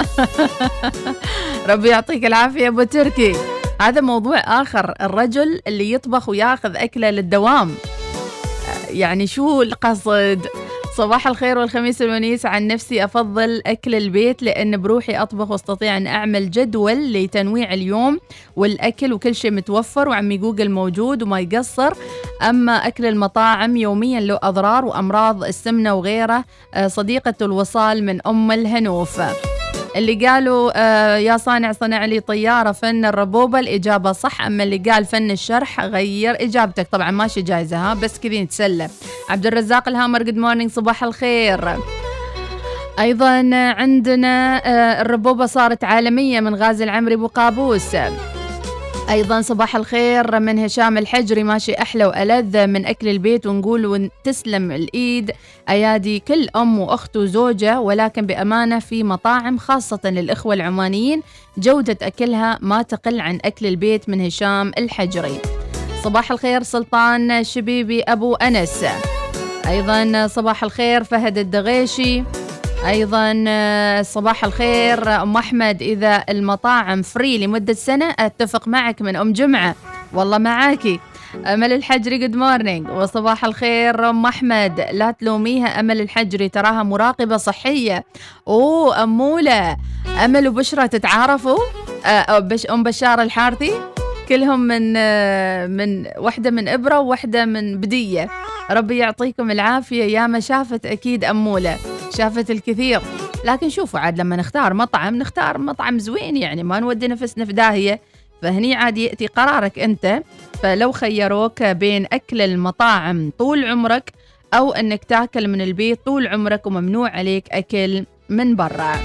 ربي يعطيك العافية أبو تركي. هذا موضوع آخر، الرجل اللي يطبخ وياخذ أكله للدوام، يعني شو القصد؟ صباح الخير والخميس الونيس. عن نفسي أفضل أكل البيت، لأن بروحي أطبخ واستطيع أن أعمل جدول لتنويع اليوم والأكل، وكل شيء متوفر، وعمي جوجل موجود وما يقصر. أما أكل المطاعم يوميا له أضرار وأمراض السمنة وغيره. صديقة الوصال من أم الهنوف. اللي قالوا آه يا صانع صنع لي طيارة فن الربوبة، الإجابة صح. أما اللي قال فن الشرح غير إجابتك. طبعا ماشي جايزة، ها بس كذي نتسلى. عبد الرزاق الهامر جود مورنينج، صباح الخير. أيضا عندنا آه الربوبة صارت عالمية من غازي العمري أبو قابوس. أيضا صباح الخير من هشام الحجري، ماشي أحلى وألذ من أكل البيت، ونقول تسلم الإيد أيادي كل أم وأخت وزوجة، ولكن بأمانة في مطاعم خاصة للإخوة العمانيين جودة أكلها ما تقل عن أكل البيت. من هشام الحجري. صباح الخير سلطان شبيبي أبو أنس. أيضا صباح الخير فهد الدغيشي. أيضا صباح الخير أم أحمد، إذا المطاعم فري لمدة سنة أتفق معك من أم جمعة، والله معاكي. أمل الحجري جود مورنينج، وصباح الخير أم أحمد. لا تلوميها أمل الحجري، تراها مراقبة صحية. أوه أمولة، أمل وبشرة تتعارفوا. أم بشار الحارثي كلهم من من واحدة من إبرة وواحدة من بدية. ربي يعطيكم العافية. يا ما شافت أكيد أمولة، شافت الكثير. لكن شوفوا عاد لما نختار مطعم نختار مطعم زوين، يعني ما نودي نفسنا في داهية. فهني عاد يأتي قرارك أنت. فلو خيروك بين أكل المطاعم طول عمرك أو أنك تاكل من البيت طول عمرك وممنوع عليك أكل من برا.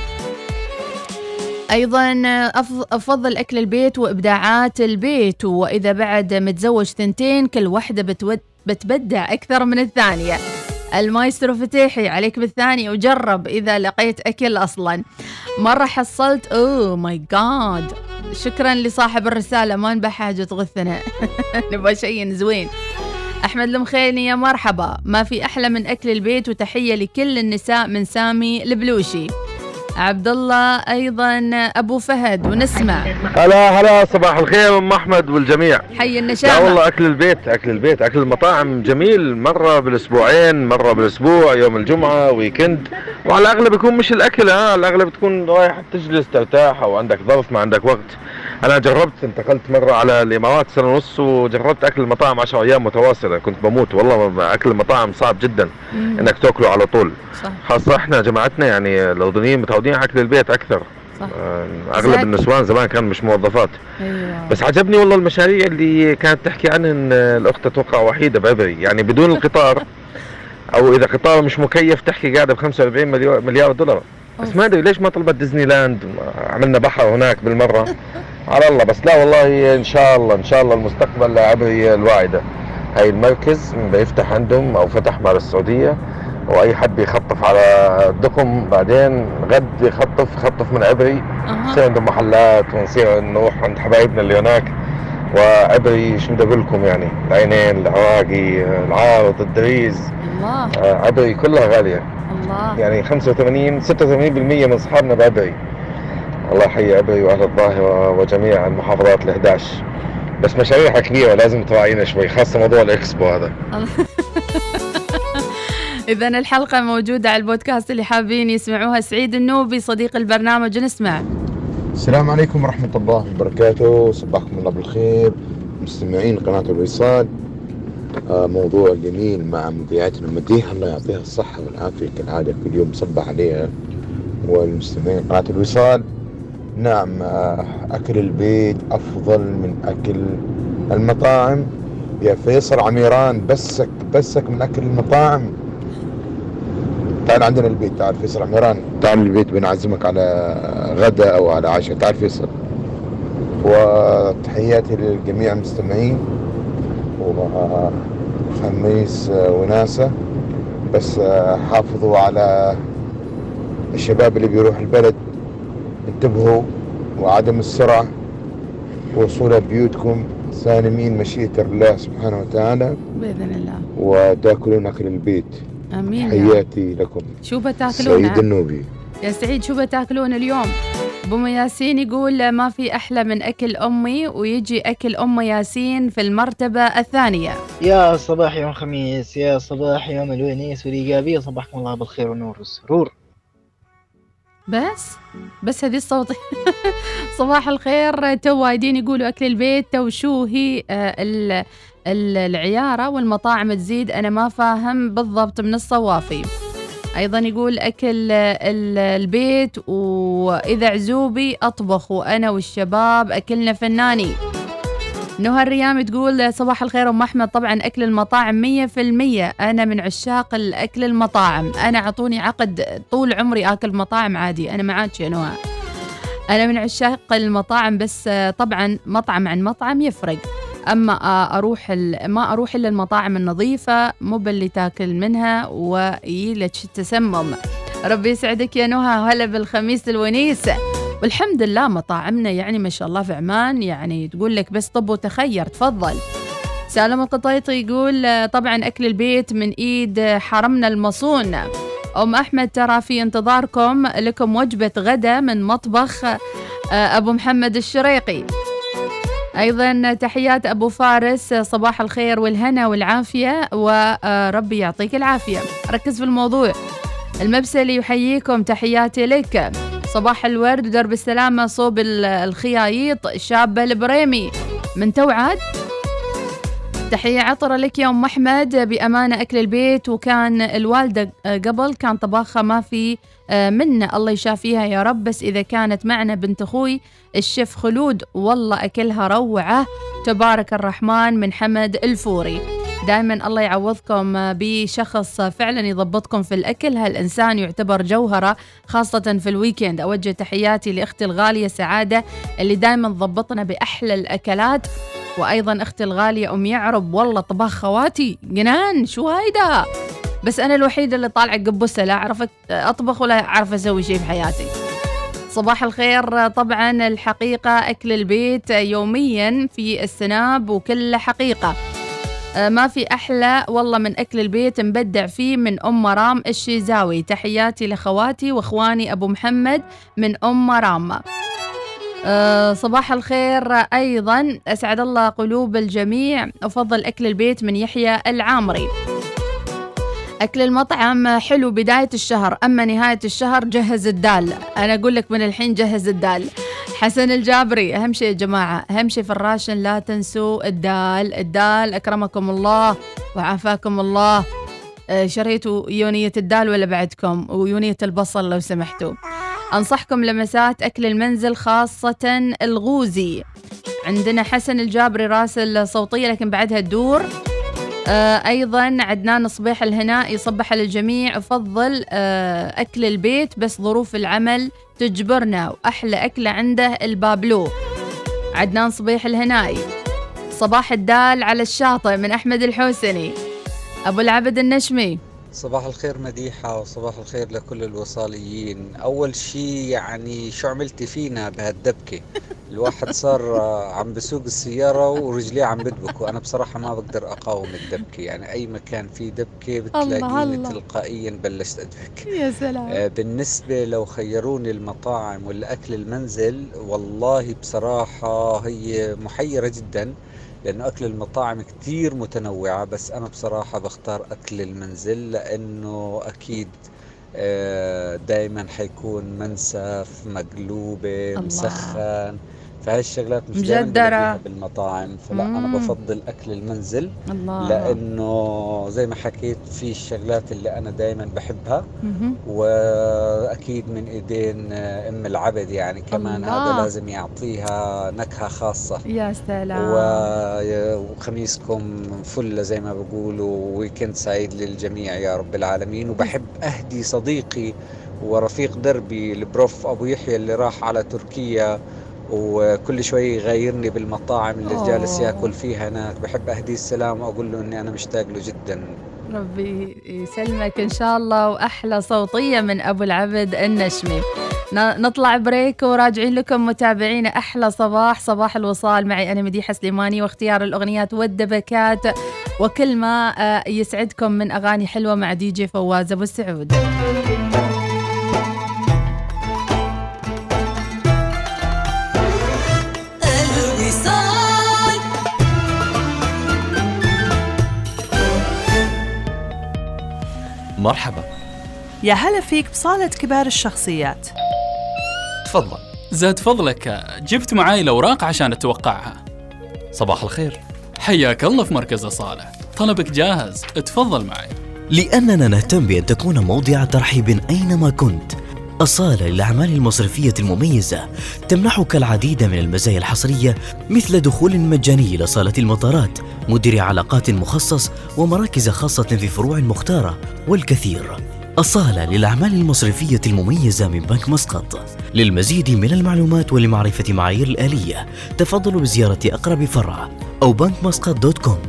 أيضا أفضل أكل البيت وإبداعات البيت، وإذا بعد متزوج ثنتين كل واحدة بتود بتبدع أكثر من الثانية. المايسترو فتيحي، عليك بالثانية وجرب إذا لقيت أكل أصلا. مرة حصلت أوه ماي جاد. شكرا لصاحب الرسالة، ما نبى حاجة تغثنا. نبغى شيء زوين. أحمد المخيلي يا مرحبا، ما في أحلى من أكل البيت، وتحية لكل النساء من سامي البلوشي. عبد الله أيضا أبو فهد، ونسمع. هلا هلا صباح الخير أم أحمد والجميع. حي النشامة. لا والله أكل البيت أكل البيت أكل المطاعم جميل، مرة بالأسبوعين، مرة بالأسبوع، يوم الجمعة ويكند، وعلى الأغلب يكون مش الأكل، ها على الأغلب تكون رايح تجلس ترتاح أو عندك ظرف ما عندك وقت. أنا جربت، انتقلت مرة على الإمارات سنة ونص، وجربت أكل المطاعم عشر أيام متواصلة، كنت بموت والله. أكل المطاعم صعب جدا مم. إنك تأكله على طول، صح. خاصة إحنا جماعتنا يعني الأردنيين متعودين على أكل البيت أكثر، صح. أغلب زاد. النسوان زمان كان مش موظفات. أيوة. بس عجبني والله المشاريع اللي كانت تحكي عنهن الأخت أتوقع وحيدة بعبري، يعني بدون القطار أو إذا قطار مش مكيف تحكي قاعدة بخمسة وأربعين مليار دولار. بس ما أدري ليش ما طلبت ديزني لاند، عملنا بحر هناك بالمرة. على الله. بس لا والله إن شاء الله إن شاء الله المستقبل عبري الواعدة. هاي المركز بيفتح عندهم أو فتح مع السعودية، وأي حد بيخطف على الدقم بعدين غد يخطف خطف من عبري. نصير عندهم محلات، ونصير نروح عند حبايبنا اللي هناك. وعبري شو بدي أقول لكم، يعني العينين، العراقي، العارض، الدريز، الله. عبري كلها غالية الله. يعني خمسة وثمانين ستة وثمانين بالمية من أصحابنا بعبري. الله يحيي عبري وأهل الظاهرة وجميع المحافظات الإحدى عشر. بس مشاريعها كبيرة لازم تراعينا شوي، خاصة موضوع الإكسبو هذا. إذن الحلقة موجودة على البودكاست اللي حابين يسمعوها. سعيد النوبي صديق البرنامج، نسمع. السلام عليكم ورحمة الله وبركاته، صباحكم الله بالخير مستمعين قناة الوصال. آه موضوع جميل مع مذيعتنا مديحة، الله يعطيها الصحة والعافية كالعادة، كل يوم صبح عليها والمستمعين قناة الوصال. نعم، آه أكل البيت أفضل من أكل المطاعم. يا فيصل عميران، بسك بسك من أكل المطاعم. تعال عندنا البيت، تعال فيصل عميران، تعال البيت بنعزمك على غدا أو على عشاء، تعال فيصل. وتحياتي للجميع المستمعين، وخميس وناسة. بس حافظوا على الشباب اللي بيروح البلد، انتبهوا، وعدم السرعة، وصول بيوتكم سالمين مشيئة الله سبحانه وتعالى بإذن الله، وتأكلون أكل البيت. أمين. حياتي لكم. شو بتاكلون؟ سعيد النوبي. يا سعيد شو بتاكلون اليوم؟ أبو ياسين يقول ما في أحلى من أكل أمي، ويجي أكل أم ياسين في المرتبة الثانية. يا صباح يوم خميس، يا صباح يوم الونيس والإيجابية، صباحكم الله بالخير والنور والسرور. بس بس هذه الصوت. صباح الخير. تو وايدين يقولوا أكل البيت، تو شو هي ال العيارة والمطاعم تزيد، أنا ما فاهم بالضبط من الصوافي. أيضا يقول أكل البيت، وإذا عزوبي أطبخ وأنا والشباب أكلنا فناني. نهى الريام تقول صباح الخير أم أحمد، طبعا أكل المطاعم مية في المية، أنا من عشاق الأكل المطاعم، أنا عطوني عقد طول عمري أكل مطاعم عادي، أنا معاك يا نهى، أنا من عشاق المطاعم، بس طبعا مطعم عن مطعم يفرق. أما أروح ما أروح إلا المطاعم النظيفة، مو باللي تاكل منها ويلك التسمم. ربي يسعدك يا نهى، وهلا بالخميس الونيس. والحمد لله مطاعمنا يعني ما شاء الله في عمان، يعني تقول لك بس طب وتخير. تفضل. سالم القطيطي يقول طبعا أكل البيت من إيد حرمنا المصون. أم أحمد ترى في انتظاركم، لكم وجبة غدا من مطبخ أبو محمد الشريقي. أيضا تحيات أبو فارس، صباح الخير والهنا والعافية، وربي يعطيك العافية. ركز في الموضوع. المبسلي يحييكم، تحياتي لك. صباح الورد ودرب السلامة صوب الخيايط، شابة البريمي من توعد. تحية عطرة لك يا أم أحمد. بأمانة أكل البيت، وكان الوالدة قبل كان طباخها ما في منا، الله يشافيها يا رب، بس إذا كانت معنا بنت أخوي الشيف خلود، والله أكلها روعة تبارك الرحمن. من حمد الفوري. دائما الله يعوضكم بشخص فعلا يضبطكم في الأكل، هالإنسان يعتبر جوهرة خاصة في الويكند. أوجه تحياتي لأختي الغالية سعادة اللي دائما ضبطنا بأحلى الأكلات، وأيضا أختي الغالية أم يعرب، والله طباخ خواتي جنان شو هيدا، بس أنا الوحيدة اللي طالعة قبوسة، لا أعرف أطبخ ولا أعرف أسوي شيء بحياتي. صباح الخير. طبعا الحقيقة أكل البيت يوميا في السناب وكل حقيقة، ما في أحلى والله من أكل البيت، مبدع فيه من أم مرام الشيزاوي. تحياتي لخواتي وإخواني أبو محمد من أم مرام. أه صباح الخير. أيضا أسعد الله قلوب الجميع، أفضل أكل البيت من يحيى العامري. أكل المطعم حلو بداية الشهر، أما نهاية الشهر جهز الدال، أنا أقول لك من الحين جهز الدال. حسن الجابري، أهم شيء يا جماعة، أهم شيء في الراشن لا تنسوا الدال. الدال أكرمكم الله وعافاكم الله. شريتوا يونية الدال ولا بعدكم؟ ويونية البصل لو سمحتوا. أنصحكم لمسات أكل المنزل خاصة الغوزي. عندنا حسن الجابري راسل صوتية لكن بعدها تدور. آه أيضا عدنان صبيح الهناء يصبح للجميع، أفضل آه أكل البيت بس ظروف العمل تجبرنا، وأحلى أكلة عنده البابلو. عدنان صبيح الهنائي. صباح الدال على الشاطئ من أحمد الحوسني. أبو العبد النشمي، صباح الخير مديحة، وصباح الخير لكل الوصاليين. أول شي يعني شو عملتي فينا بهالدبكة؟ الواحد صار عم بسوق السيارة ورجليه عم بدبك، وأنا بصراحة ما بقدر أقاوم الدبكة، يعني أي مكان فيه دبكة بتلاقيني تلقائيا بلشت أدبك. يا سلام. آه بالنسبة لو خيروني المطاعم ولا أكل المنزل، والله بصراحة هي محيرة جدا، لأنه أكل المطاعم كتير متنوعة، بس أنا بصراحة بختار أكل المنزل، لأنه أكيد دايما حيكون منسف، مقلوبة، الله. مسخن، فهاي الشغلات مش دايما بلاقيها بالمطاعم، فلا مم. أنا بفضل أكل المنزل الله. لأنه زي ما حكيت في الشغلات اللي أنا دايما بحبها مم. وأكيد من إيدين أم العبد، يعني كمان الله. هذا لازم يعطيها نكهة خاصة. يا سلام. وخميسكم فل زي ما بقولوا، ويكند سعيد للجميع يا رب العالمين. وبحب أهدي صديقي ورفيق دربي البروف أبو يحيى اللي راح على تركيا وكل شوي يغيرني بالمطاعم اللي أوه. جالس ياكل فيها هناك، بحب أهدي السلام وأقول له أني أنا مشتاق له جدا. ربي يسلمك إن شاء الله. وأحلى صوتية من أبو العبد النشمي. نطلع بريك وراجعين لكم متابعينا. أحلى صباح، صباح الوصال معي أنا مديحة سليماني، واختيار الأغنيات والدبكات وكل ما يسعدكم من أغاني حلوة مع دي جي فواز أبو السعود. مرحبا. يا هلا فيك بصالة كبار الشخصيات. تفضل. زاد فضلك، جبت معاي الأوراق عشان أتوقعها. صباح الخير. حياك الله في مركز أصالة، طلبك جاهز، اتفضل معي. لأننا نهتم بأن تكون موضع ترحيب أينما كنت، أصالة للأعمال المصرفية المميزة تمنحك العديد من المزايا الحصرية، مثل دخول مجاني إلى صالة المطارات، مدير علاقات مخصص، ومراكز خاصة في فروع مختارة، والكثير. أصالة للأعمال المصرفية المميزة من بنك مسقط. للمزيد من المعلومات ولمعرفة معايير الآلية تفضلوا بزيارة أقرب فرع أو بنك مسقط دوت كوم.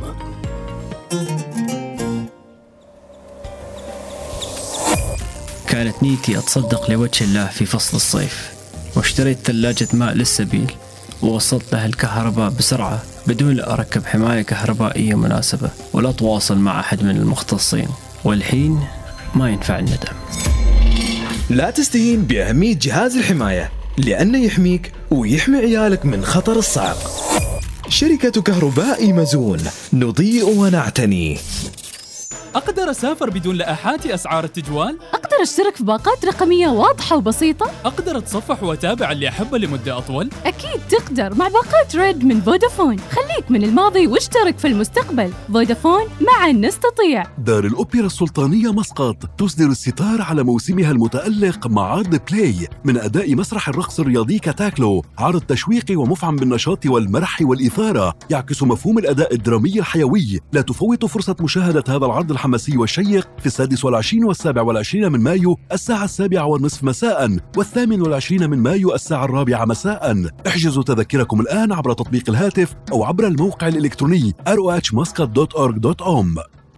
كانت نيتي أتصدق لوجه الله في فصل الصيف، واشتريت ثلاجة ماء للسبيل ووصلت لها الكهرباء بسرعة بدون لا أركب حماية كهربائية مناسبة ولا أتواصل مع أحد من المختصين، والحين ما ينفع الندم. لا تستهين بأهمية جهاز الحماية، لأنه يحميك ويحمي عيالك من خطر الصعق. شركة كهرباء إيمازون، نضيء ونعتني. أقدر أسافر بدون لائحات أسعار التجوال؟ أقدر أشترك في باقات رقمية واضحة وبسيطة؟ أقدر أتصفح وأتابع اللي أحبه لمدة أطول؟ أكيد تقدر مع باقات ريد من فودافون. خليك من الماضي واشترك في المستقبل. فودافون، معا نستطيع. دار الأوبرا السلطانية مسقط تصدر الستار على موسمها المتألق مع عرض بلاي من أداء مسرح الرقص الرياضي كاتاكلو، عرض تشويقي ومفعم بالنشاط والمرح والإثارة، يعكس مفهوم الأداء الدرامي الحيوي. لا تفوت فرصة مشاهدة هذا العرض الحماسي والشيق في السادس والعشرين والسابع والعشرين من مايو الساعة السابعة والنصف مساء، والثامن والعشرين من مايو الساعة الرابعة مساء. احجزوا تذكركم الآن عبر تطبيق الهاتف أو عبر الموقع الإلكتروني آر أو إتش مسقط دوت أورج دوت أوم.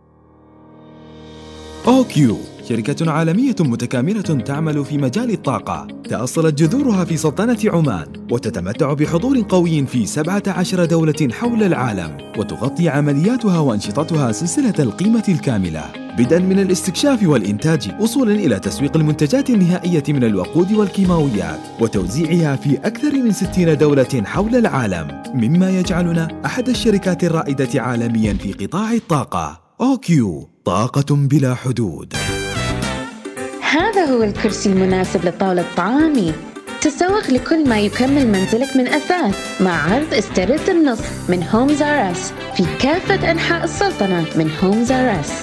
أوكيو شركة عالمية متكاملة تعمل في مجال الطاقة، تأصلت جذورها في سلطنة عمان، وتتمتع بحضور قوي في سبعة عشر دولة حول العالم، وتغطي عملياتها وأنشطتها سلسلة القيمة الكاملة، بدءا من الاستكشاف والإنتاج وصولا إلى تسويق المنتجات النهائية من الوقود والكيماويات وتوزيعها في أكثر من ستين دولة حول العالم، مما يجعلنا أحد الشركات الرائدة عالميا في قطاع الطاقة. أوكيو، طاقة بلا حدود. هذا هو الكرسي المناسب لطاولة طعامي. تسوق لكل ما يكمل منزلك من أثاث مع عرض استرد النص من هومز آر أس في كافة أنحاء السلطنة من هومز آر أس.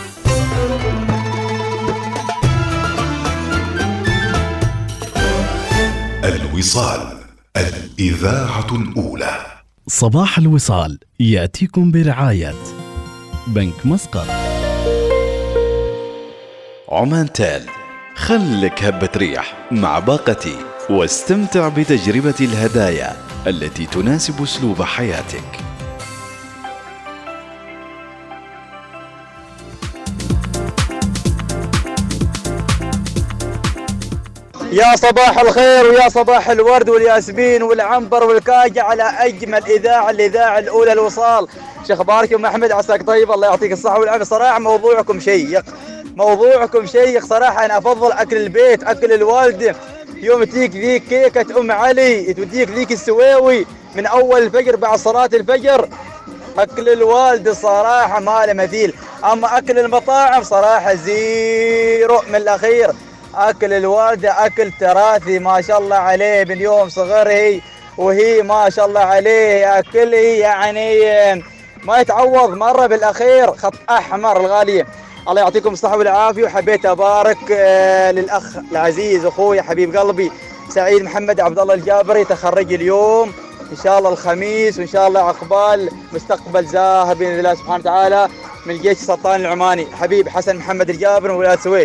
الوصال، الإذاعة الأولى. صباح الوصال يأتيكم برعاية بنك مسقط. عمان تال، خلك هبة ريح مع باقتي واستمتع بتجربة الهدايا التي تناسب أسلوب حياتك. يا صباح الخير ويا صباح الورد والياسمين والعنبر والكاجة على أجمل إذاعة، الإذاعة الأولى الوصال. شخباركم أحمد؟ عساك طيب، الله يعطيك الصحة والعافية. صراحة موضوعكم شيق، موضوعكم شيق صراحة. أنا أفضل أكل البيت، أكل الوالدة. يوم تجيك ذيك كيكة أم علي، توديك ذيك السويوي من أول الفجر بعد صلاة الفجر. أكل الوالدة صراحة ما له مثيل. أما أكل المطاعم صراحة زيرو من الأخير. أكل الوالدة أكل تراثي ما شاء الله عليه، من يوم صغره وهي ما شاء الله عليه أكله يعني ما يتعوض مرة. بالأخير خط أحمر الغالية. الله يعطيكم الصحة والعافية. وحبيت أبارك للأخ العزيز أخوي حبيب قلبي سعيد محمد عبد الله الجابري، تخرج اليوم إن شاء الله الخميس، وإن شاء الله عقبال مستقبل زاهر بإذن الله سبحانه وتعالى من الجيش السلطاني العماني. حبيب حسن محمد الجابري من ولاية سويق.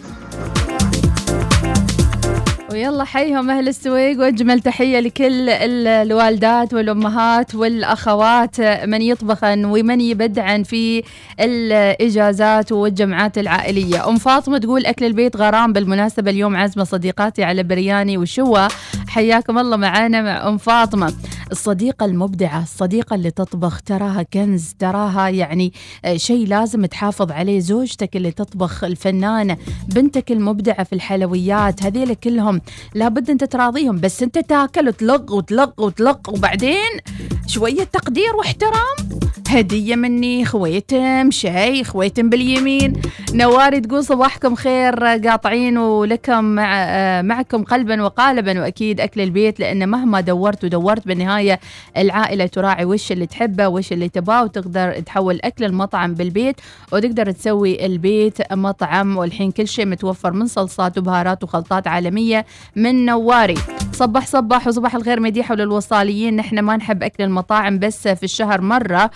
ويلا حيهم أهل السويق، وأجمل تحية لكل الوالدات والأمهات والأخوات، من يطبخن ومن يبدعن في الإجازات والجمعات العائلية. أم فاطمة تقول أكل البيت غرام. بالمناسبة اليوم عزمة صديقاتي على برياني وشوى، حياكم الله معانا مع أم فاطمة. الصديقة المبدعة، الصديقة اللي تطبخ تراها كنز، تراها يعني شيء لازم تحافظ عليه. زوجتك اللي تطبخ الفنانة، بنتك المبدعة في الحلويات، هذيل كلهم لابد انت تراضيهم. بس انت تاكل وتلق وتلق وتلق وبعدين شوية تقدير واحترام. هدية مني خويتم شاي خويتم باليمين. نواري تقول صباحكم خير قاطعين ولكم مع معكم قلبا وقالبا، وأكيد أكل البيت، لأن مهما دورت ودورت بالنهاية العائلة تراعي وش اللي تحبه وش اللي تباه، وتقدر تحول أكل المطعم بالبيت وتقدر تسوي البيت مطعم. والحين كل شيء متوفر من صلصات وبهارات وخلطات عالمية من نواري. صبح صبح وصباح الخير مديحة وللوصاليين. نحن ما نحب أكل المطاعم بس في الشهر مرة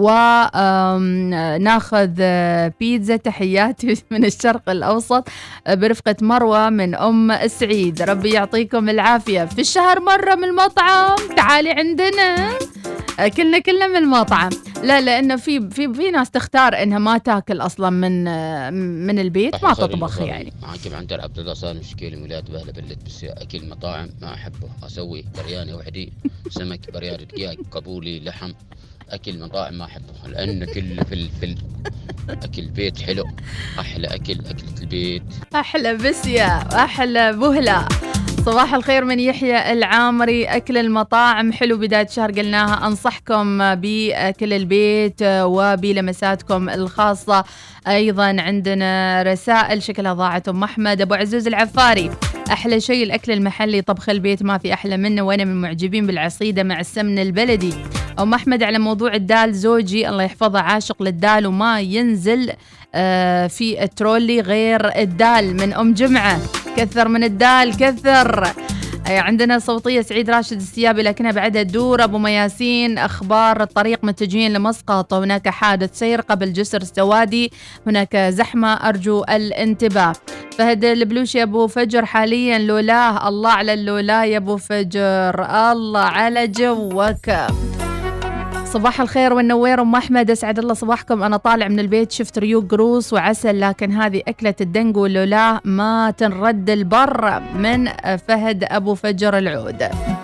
وناخذ بيتزا. تحياتي من الشرق الأوسط برفقة مروة من أم سعيد. ربي يعطيكم العافية. في الشهر مرة من المطعم تعالي عندنا كلنا كلنا من المطعم. لا لأنه في في في ناس تختار إنها ما تاكل أصلا من من البيت ما تطبخ يعني. معكم عند عبد الله صار مشكلة مولاد بهلا بلت بس أكل مطاعم ما أحبه. أسوي برياني وحدي سمك برياني دقيق قبولي لحم. أكل مطاعم ما أحبه لأنه كله فلفل. أكل البيت حلو. أحلى أكل أكلة البيت. أحلى بسيا وأحلى بهلا. صباح الخير من يحيى العامري. أكل المطاعم حلو بداية شهر قلناها. أنصحكم بأكل البيت وبلمساتكم الخاصة. أيضا عندنا رسائل شكلها ضاعت. أم أحمد أبو عزوز العفاري. أحلى شيء الأكل المحلي طبخ البيت ما في أحلى منه، وأنا من معجبين بالعصيدة مع السمن البلدي. أم أحمد على موضوع الدال زوجي الله يحفظه عاشق للدال وما ينزل آه في الترولي غير الدال. من أم جمعة كثر من الدال كثر. عندنا صوتية سعيد راشد السيابي لكنها بعدها تدور. أبو مياسين أخبار الطريق متجهين لمسقط وهناك حادث سير قبل جسر السوادي هناك زحمة أرجو الانتباه. فهد البلوشي أبو فجر حاليا لولاه. الله على اللولاه يا أبو فجر الله على جوك. صباح الخير والنوير. أم أحمد أسعد الله صباحكم. أنا طالع من البيت شفت ريوق قروص وعسل لكن هذه أكلة الدنق واللولا ما تنرد البر. من فهد أبو فجر العود.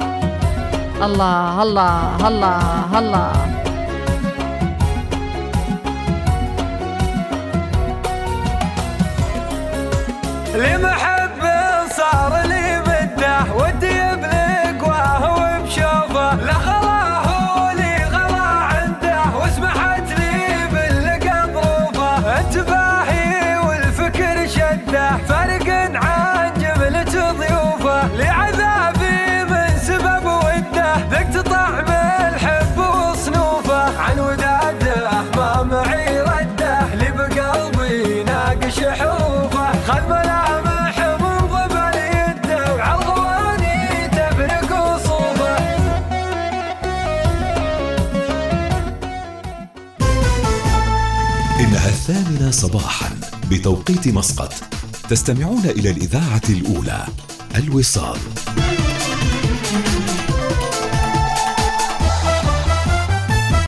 الله الله الله الله. لمحب صار لي بده ودي يبلغ وهو بشوفه لا خلاه لي غلا عنده وسمحت لي باللقى ظروفه. انتباهي والفكر شده فرق عن جملة ضيوفه. لعذابي من سبب وده ذقت طعم الحب وصنوفه. عن وداده ما معي رده لي بقلبي ناقش حروفه. خذ ملامح من ضبل يده وعالغواني تفرق وصوفه. إنها الثامنة صباحا بتوقيت مسقط. تستمعون إلى الإذاعة الأولى الوصال.